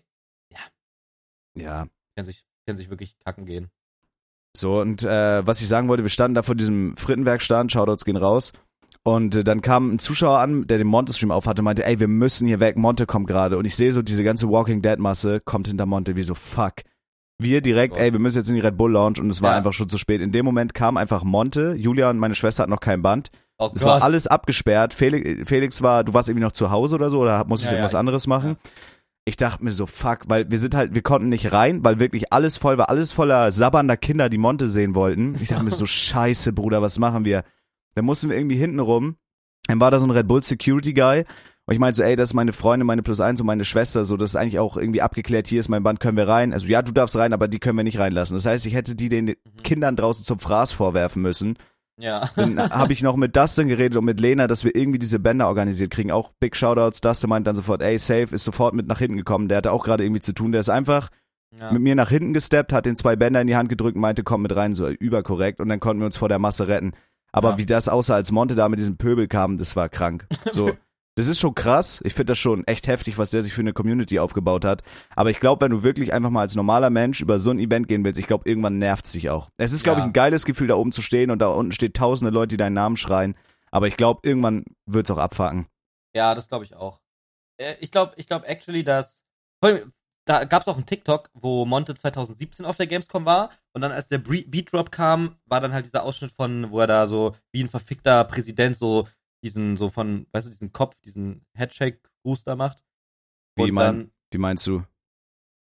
ja. Kann sich wirklich kacken gehen. So, und was ich sagen wollte, wir standen da vor diesem Frittenwerkstand, Shoutouts gehen raus. Und dann kam ein Zuschauer an, der den Monte-Stream aufhatte, meinte, ey, wir müssen hier weg, Monte kommt gerade. Und ich sehe so, diese ganze Walking Dead-Masse kommt hinter Monte, wie so, fuck. Wir direkt, ey, wir müssen jetzt in die Red Bull Lounge und es war einfach schon zu spät. In dem Moment kam einfach Monte, Julia und meine Schwester hatten noch kein Band. Es war alles abgesperrt. Felix du warst irgendwie noch zu Hause oder so, oder musstest du irgendwas anderes machen? Ja. Ich dachte mir so, fuck, weil wir konnten nicht rein, weil wirklich alles voll war, alles voller sabbernder Kinder, die Monte sehen wollten. Ich dachte mir so, scheiße, Bruder, was machen wir? Dann mussten wir irgendwie hinten rum. Dann war da so ein Red Bull Security Guy. Und ich meinte so, ey, das ist meine Freundin, meine +1 und meine Schwester, so, das ist eigentlich auch irgendwie abgeklärt, hier ist mein Band, können wir rein? Also ja, du darfst rein, aber die können wir nicht reinlassen. Das heißt, ich hätte die den Kindern draußen zum Fraß vorwerfen müssen. Ja. Dann habe ich noch mit Dustin geredet und mit Lena, dass wir irgendwie diese Bänder organisiert kriegen. Auch Big Shoutouts. Dustin meint dann sofort, ey, safe, ist sofort mit nach hinten gekommen. Der hatte auch gerade irgendwie zu tun. Der ist einfach mit mir nach hinten gesteppt, hat den 2 Bänder in die Hand gedrückt und meinte, komm mit rein, so überkorrekt. Und dann konnten wir uns vor der Masse retten. Aber wie das aussah, als Monte da mit diesem Pöbel kam, das war krank. So, das ist schon krass. Ich finde das schon echt heftig, was der sich für eine Community aufgebaut hat. Aber ich glaube, wenn du wirklich einfach mal als normaler Mensch über so ein Event gehen willst, ich glaube, irgendwann nervt's dich auch. Es ist, glaube ich, ein geiles Gefühl, da oben zu stehen und da unten steht tausende Leute, die deinen Namen schreien. Aber ich glaube, irgendwann wird's auch abfacken. Ja, das glaube ich auch. Ich glaube actually, dass da gab's auch einen TikTok, wo Monte 2017 auf der Gamescom war und dann als der Beat Drop kam, war dann halt dieser Ausschnitt von, wo er da so wie ein verfickter Präsident so diesen Kopf, diesen Headshake-Gruß da macht. Wie meinst du?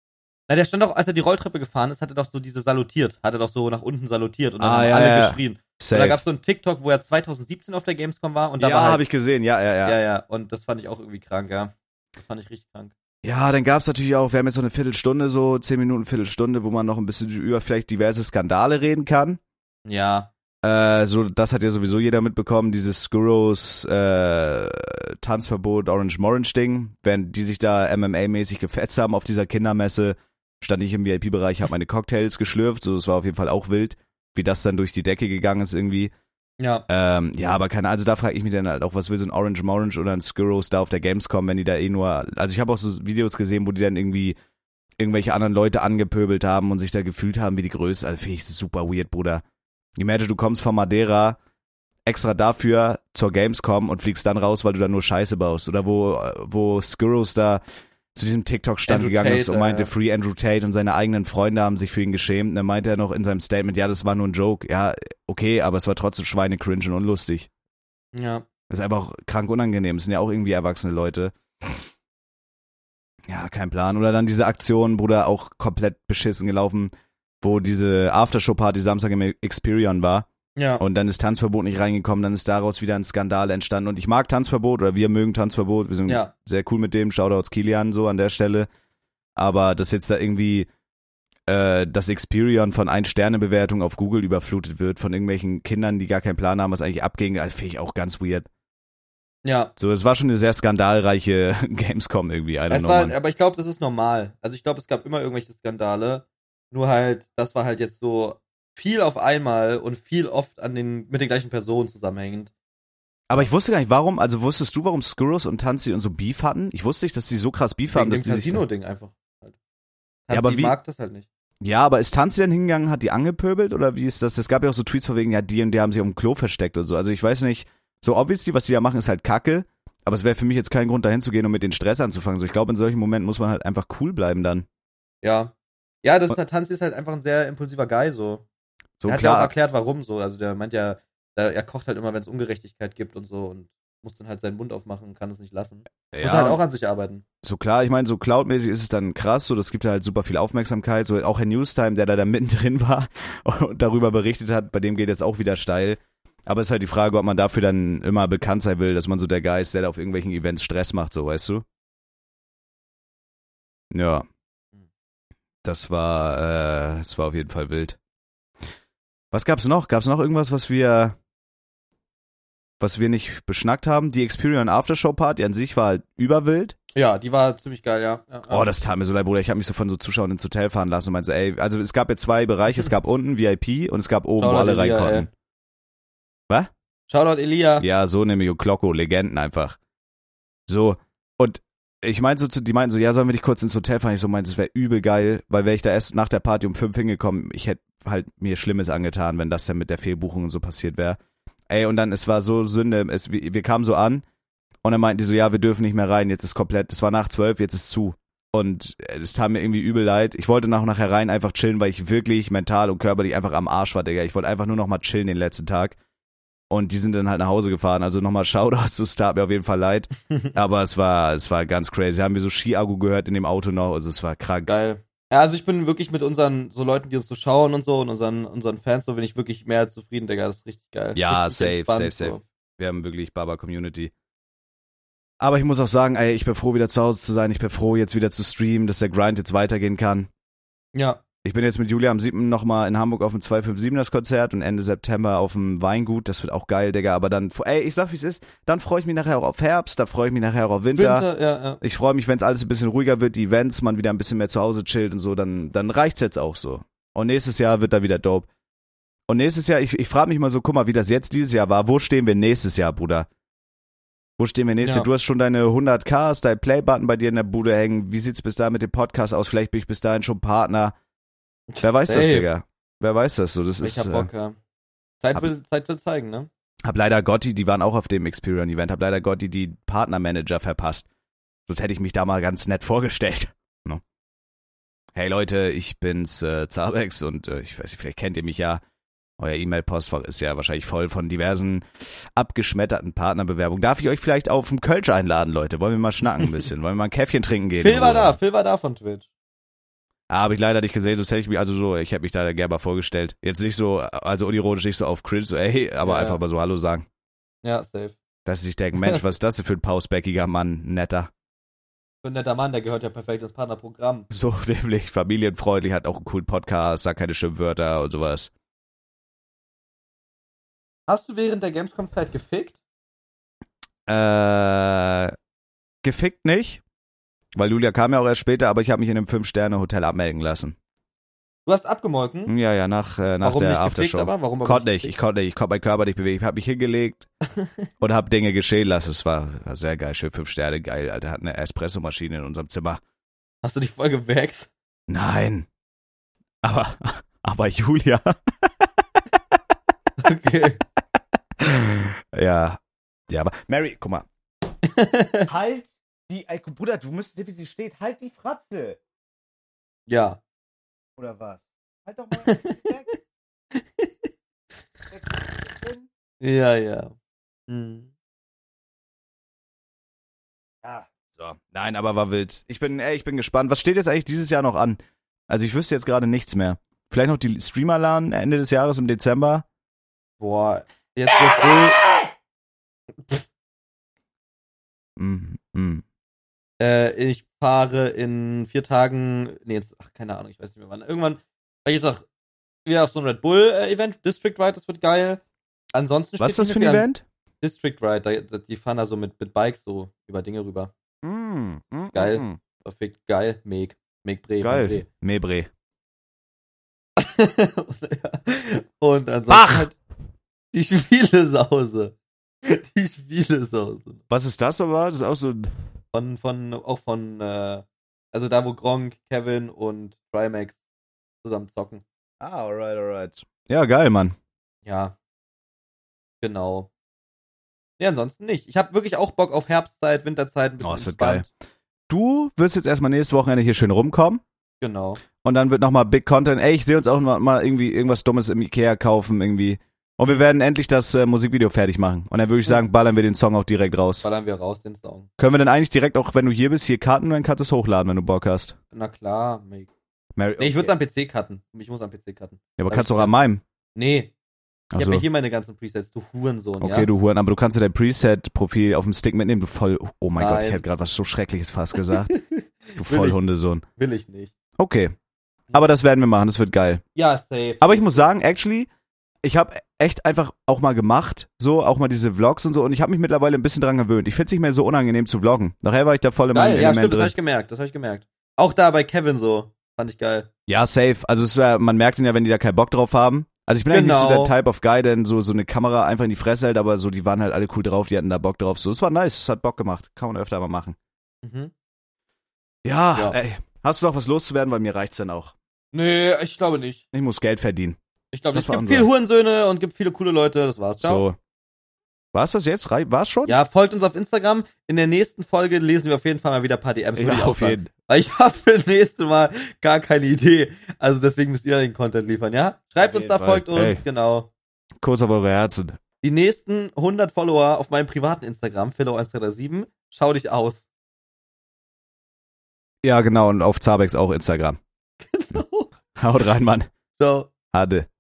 Na, der stand doch, als er die Rolltreppe gefahren ist, hat er doch so hat er doch so nach unten salutiert und dann haben ja, alle ja. geschrien. Safe. Und da gab's so einen TikTok, wo er 2017 auf der Gamescom war und da war Ja, halt, habe ich gesehen, ja. ja, und das fand ich auch irgendwie krank, ja. Das fand ich richtig krank. Ja, dann gab's natürlich auch, wir haben jetzt so eine Viertelstunde, so 10 Minuten, Viertelstunde, wo man noch ein bisschen über vielleicht diverse Skandale reden kann. Ja. So, das hat ja sowieso jeder mitbekommen, dieses Skurros Tanzverbot Orange-Morange-Ding, während die sich da MMA-mäßig gefetzt haben auf dieser Kindermesse, stand ich im VIP-Bereich, habe meine Cocktails geschlürft, so, das war auf jeden Fall auch wild, wie das dann durch die Decke gegangen ist irgendwie. Ja. Ja, aber also da frage ich mich dann halt auch, was will so ein Orange-Morange oder ein Skurros da auf der Gamescom, wenn die da nur, also ich habe auch so Videos gesehen, wo die dann irgendwie irgendwelche anderen Leute angepöbelt haben und sich da gefühlt haben wie die Größte, also finde ich super weird, Bruder. Imagine, du kommst von Madeira extra dafür zur Gamescom und fliegst dann raus, weil du da nur Scheiße baust. Oder wo Skurros da zu diesem TikTok-Stand gegangen ist und meinte, Free Andrew Tate und seine eigenen Freunde haben sich für ihn geschämt. Und dann meinte er noch in seinem Statement, ja, das war nur ein Joke. Ja, okay, aber es war trotzdem schweinecringe und unlustig. Ja. Das ist einfach krank unangenehm. Es sind ja auch irgendwie erwachsene Leute. Ja, kein Plan. Oder dann diese Aktion, Bruder, auch komplett beschissen gelaufen, wo diese Aftershow-Party Samstag im Experion war. Ja. Und dann ist Tanzverbot nicht reingekommen, dann ist daraus wieder ein Skandal entstanden. Und ich mag Tanzverbot, oder wir mögen Tanzverbot, wir sind sehr cool mit dem, Shoutouts Kilian so an der Stelle. Aber dass jetzt da irgendwie das Experion von 1-Sterne-Bewertung auf Google überflutet wird, von irgendwelchen Kindern, die gar keinen Plan haben, was eigentlich abging, finde ich auch ganz weird. Ja. So, es war schon eine sehr skandalreiche Gamescom irgendwie, I don't know, Mann. Aber ich glaube, das ist normal. Also ich glaube, es gab immer irgendwelche Skandale. Nur halt, das war halt jetzt so viel auf einmal und viel oft mit den gleichen Personen zusammenhängend. Aber ich wusste gar nicht, warum, also wusstest du, warum Skurros und Tanzi und so Beef hatten? Ich wusste nicht, dass die so krass Beef haben, dass die sich... Casino-Ding einfach. Halt. Ja, aber wie mag das halt nicht. Ja, aber ist Tanzi denn hingegangen, hat die angepöbelt oder wie ist das? Es gab ja auch so Tweets von wegen, ja, die und die haben sich auf dem Klo versteckt und so. Also ich weiß nicht, so obviously, was die da machen, ist halt Kacke. Aber es wäre für mich jetzt kein Grund, dahin zu gehen und mit den Stress anzufangen. So, ich glaube, in solchen Momenten muss man halt einfach cool bleiben dann. Ja. Ja, das ist halt, Tanzi ist halt einfach ein sehr impulsiver Guy, so. Er hat ja auch erklärt, warum so. Also der meint ja, er kocht halt immer, wenn es Ungerechtigkeit gibt und so und muss dann halt seinen Mund aufmachen und kann es nicht lassen. Ja. Muss halt auch an sich arbeiten. So klar, ich meine, so cloudmäßig ist es dann krass, so das gibt ja halt super viel Aufmerksamkeit. So auch Herr Newstime, der da mittendrin war und darüber berichtet hat, bei dem geht jetzt auch wieder steil. Aber es ist halt die Frage, ob man dafür dann immer bekannt sein will, dass man so der Guy ist, der da auf irgendwelchen Events Stress macht, so, weißt du? Ja. Das war auf jeden Fall wild. Was gab's noch? Gab's noch irgendwas, was wir nicht beschnackt haben? Die Experion Aftershow Party an sich war halt überwild. Ja, die war ziemlich geil, ja. Oh, das tat mir so leid, Bruder. Ich habe mich so von so Zuschauern ins Hotel fahren lassen und meinte so, ey, also es gab ja 2 Bereiche. Es gab unten VIP und es gab oben, wo alle rein konnten. Was? Shoutout Elia. Ja, so nämlich Klocko, Legenden einfach. So, und ich meinte so die meinten so, ja, sollen wir dich kurz ins Hotel fahren? Ich so meinte, es wäre übel geil, weil wäre ich da erst nach der Party um 5 hingekommen, ich hätte halt mir Schlimmes angetan, wenn das dann mit der Fehlbuchung und so passiert wäre. Ey, und dann, es war so Sünde, wir kamen so an und dann meinten die so, ja, wir dürfen nicht mehr rein, jetzt ist komplett, es war nach 12, jetzt ist zu. Und es tat mir irgendwie übel leid. Ich wollte nachher rein einfach chillen, weil ich wirklich mental und körperlich einfach am Arsch war, Digga. Ich wollte einfach nur noch mal chillen den letzten Tag. Und die sind dann halt nach Hause gefahren. Also nochmal Shoutouts, es tat mir auf jeden Fall leid. Aber es war ganz crazy. Haben wir so Ski-Agu gehört in dem Auto noch. Also es war krank. Geil. Ja, also ich bin wirklich mit unseren so Leuten, die uns so schauen und so und unseren Fans, so bin ich wirklich mehr als zufrieden, Digga. Das ist richtig geil. Ja, richtig safe. So. Wir haben wirklich Baba-Community. Aber ich muss auch sagen, ey, ich bin froh, wieder zu Hause zu sein. Ich bin froh, jetzt wieder zu streamen, dass der Grind jetzt weitergehen kann. Ja. Ich bin jetzt mit Julia am 7. nochmal in Hamburg auf dem 257 das Konzert und Ende September auf dem Weingut. Das wird auch geil, Digga. Aber dann, ey, ich sag, wie es ist. Dann freue ich mich nachher auch auf Herbst. Da freue ich mich nachher auch auf Winter. Ja. Ich freue mich, wenn es alles ein bisschen ruhiger wird, die Events, man wieder ein bisschen mehr zu Hause chillt und so. Dann reicht's jetzt auch so. Und nächstes Jahr wird da wieder dope. Und nächstes Jahr, ich frage mich mal so, guck mal, wie das jetzt dieses Jahr war. Wo stehen wir nächstes Jahr, Bruder? Wo stehen wir nächstes Jahr? Du hast schon deine 100k, hast dein Play-Button bei dir in der Bude hängen. Wie sieht's bis dahin mit dem Podcast aus? Vielleicht bin ich bis dahin schon Partner. Wer weiß das, Digga? Wer weiß das so? Das ich hab Bock, ja. Zeit will zeigen, ne? Hab leider Gotti, die waren auch auf dem Experion-Event, hab leider Gotti die Partnermanager verpasst. Sonst hätte ich mich da mal ganz nett vorgestellt. No. Hey Leute, ich bin's Zabex und ich weiß nicht, vielleicht kennt ihr mich ja. Euer E-Mail-Postfach ist ja wahrscheinlich voll von diversen abgeschmetterten Partnerbewerbungen. Darf ich euch vielleicht auf den Kölsch einladen, Leute? Wollen wir mal schnacken ein bisschen? Wollen wir mal ein Käffchen trinken gehen? Phil war da von Twitch. Habe ich leider nicht gesehen, sonst hätte ich mich, ich hätte mich da gerne mal vorgestellt. Jetzt nicht so, also unironisch, nicht so auf cringe, so ey, aber Ja. einfach mal so Hallo sagen. Ja, safe. Dass sie sich denken, Mensch, was ist das denn für ein pausbäckiger Mann, netter. Für ein netter Mann, der gehört ja perfekt ins Partnerprogramm. So nämlich familienfreundlich, hat auch einen coolen Podcast, sagt keine Schimpfwörter und sowas. Hast du während der Gamescom-Zeit gefickt? Gefickt nicht, weil Julia kam ja auch erst später, aber ich habe mich in einem 5-Sterne-Hotel abmelden lassen. Du hast abgemolken? Ja, nach Warum der nicht Aftershow. gefickt, aber? Warum Konnte nicht, ich konnte meinen Körper nicht bewegen. Ich habe mich hingelegt und habe Dinge geschehen lassen. Es war sehr geil, schön 5 Sterne, geil, Alter. Hat eine Espressomaschine in unserem Zimmer. Hast du dich voll gewächst? Nein. Aber Julia. Okay. Ja, aber Mary, guck mal. Halt die, Bruder, du müsstest, wie sie steht, halt die Fratze. Ja. Oder was? Halt doch mal weg. Ja. Hm. Ja. So. Nein, aber war wild. Ich bin gespannt. Was steht jetzt eigentlich dieses Jahr noch an? Also ich wüsste jetzt gerade nichts mehr. Vielleicht noch die Streamer-LAN Ende des Jahres im Dezember. Boah, jetzt wird ich fahre in 4 Tagen, keine Ahnung, ich weiß nicht mehr wann. Irgendwann fahre ich jetzt auch wieder auf so ein Red Bull-Event, District Ride, das wird geil. Ansonsten Was ist das für ein Event? District Ride, die fahren da so mit Bikes so über Dinge rüber. Geil. Perfekt, geil. Meg Bre. Geil. Mebre. Und ansonsten halt die Spielesause. Was ist das aber? Das ist auch so ein... Also da, wo Gronk, Kevin und Trimax zusammen zocken. Alright. Ja, geil, Mann. Ja. Genau. Ja, ansonsten nicht. Ich habe wirklich auch Bock auf Herbstzeit, Winterzeit. Ein bisschen es wird entspannt. geil. Du wirst jetzt erstmal nächstes Wochenende hier schön rumkommen. Genau. Und dann wird nochmal Big Content. Ey, ich sehe uns auch mal irgendwie irgendwas Dummes im Ikea kaufen irgendwie. Und wir werden endlich das Musikvideo fertig machen. Und dann würde ich sagen, ballern wir den Song auch direkt raus. Ballern wir raus, den Song. Können wir denn eigentlich direkt auch, wenn du hier bist, hier cutten und dann kannst du es hochladen, wenn du Bock hast? Na klar, Mary. Mary, Nee, ich würde es am PC cutten. Ich muss am PC cutten. Ja, aber kannst du auch an meinem. Nee. Ich Ach habe so. ja hier meine ganzen Presets, du Hurensohn, ja? Okay, du Huren, aber du kannst ja dein Preset-Profil auf dem Stick mitnehmen, du voll... Oh mein Gott, Nein. ich hätte gerade was so Schreckliches fast gesagt. Du Will Vollhundesohn. Will ich nicht. Okay. Aber das werden wir machen, das wird geil. Ja, safe. Aber ich muss sagen, actually, ich habe echt einfach auch mal gemacht, so, auch mal diese Vlogs und so, und ich habe mich mittlerweile ein bisschen dran gewöhnt. Ich finde es nicht mehr so unangenehm zu vloggen. Nachher war ich da voll in meinem Geil, ja, Element stimmt, das drin. habe ich gemerkt. Auch da bei Kevin so. Fand ich geil. Ja, safe. Also es ist, man merkt ihn ja, wenn die da keinen Bock drauf haben. Also ich bin eigentlich nicht so der Type of Guy, der so eine Kamera einfach in die Fresse hält, aber so, die waren halt alle cool drauf, die hatten da Bock drauf. So, es war nice, es hat Bock gemacht. Kann man öfter mal machen. Mhm. Ja, ey. Hast du noch was loszuwerden? Weil mir reicht's dann auch. Nee, ich glaube nicht. Ich muss Geld verdienen. Ich glaube, es Das war gibt unser- viele Hurensöhne und gibt viele coole Leute. Das war's. Ciao. So. War's das jetzt? War's schon? Ja, folgt uns auf Instagram. In der nächsten Folge lesen wir auf jeden Fall mal wieder ein paar DMs. würde ich auch auf sagen. jeden. Weil ich habe für das nächste Mal gar keine Idee. Also deswegen müsst ihr den Content liefern, ja? Schreibt Auf uns da, jeden Fall. folgt uns, Ey. genau. Kuss auf eure Herzen. Die nächsten 100 Follower auf meinem privaten Instagram, Philo1337, schau dich aus. Ja, genau, und auf Zabex auch Instagram. Genau. Haut rein, Mann. Ciao. Ade.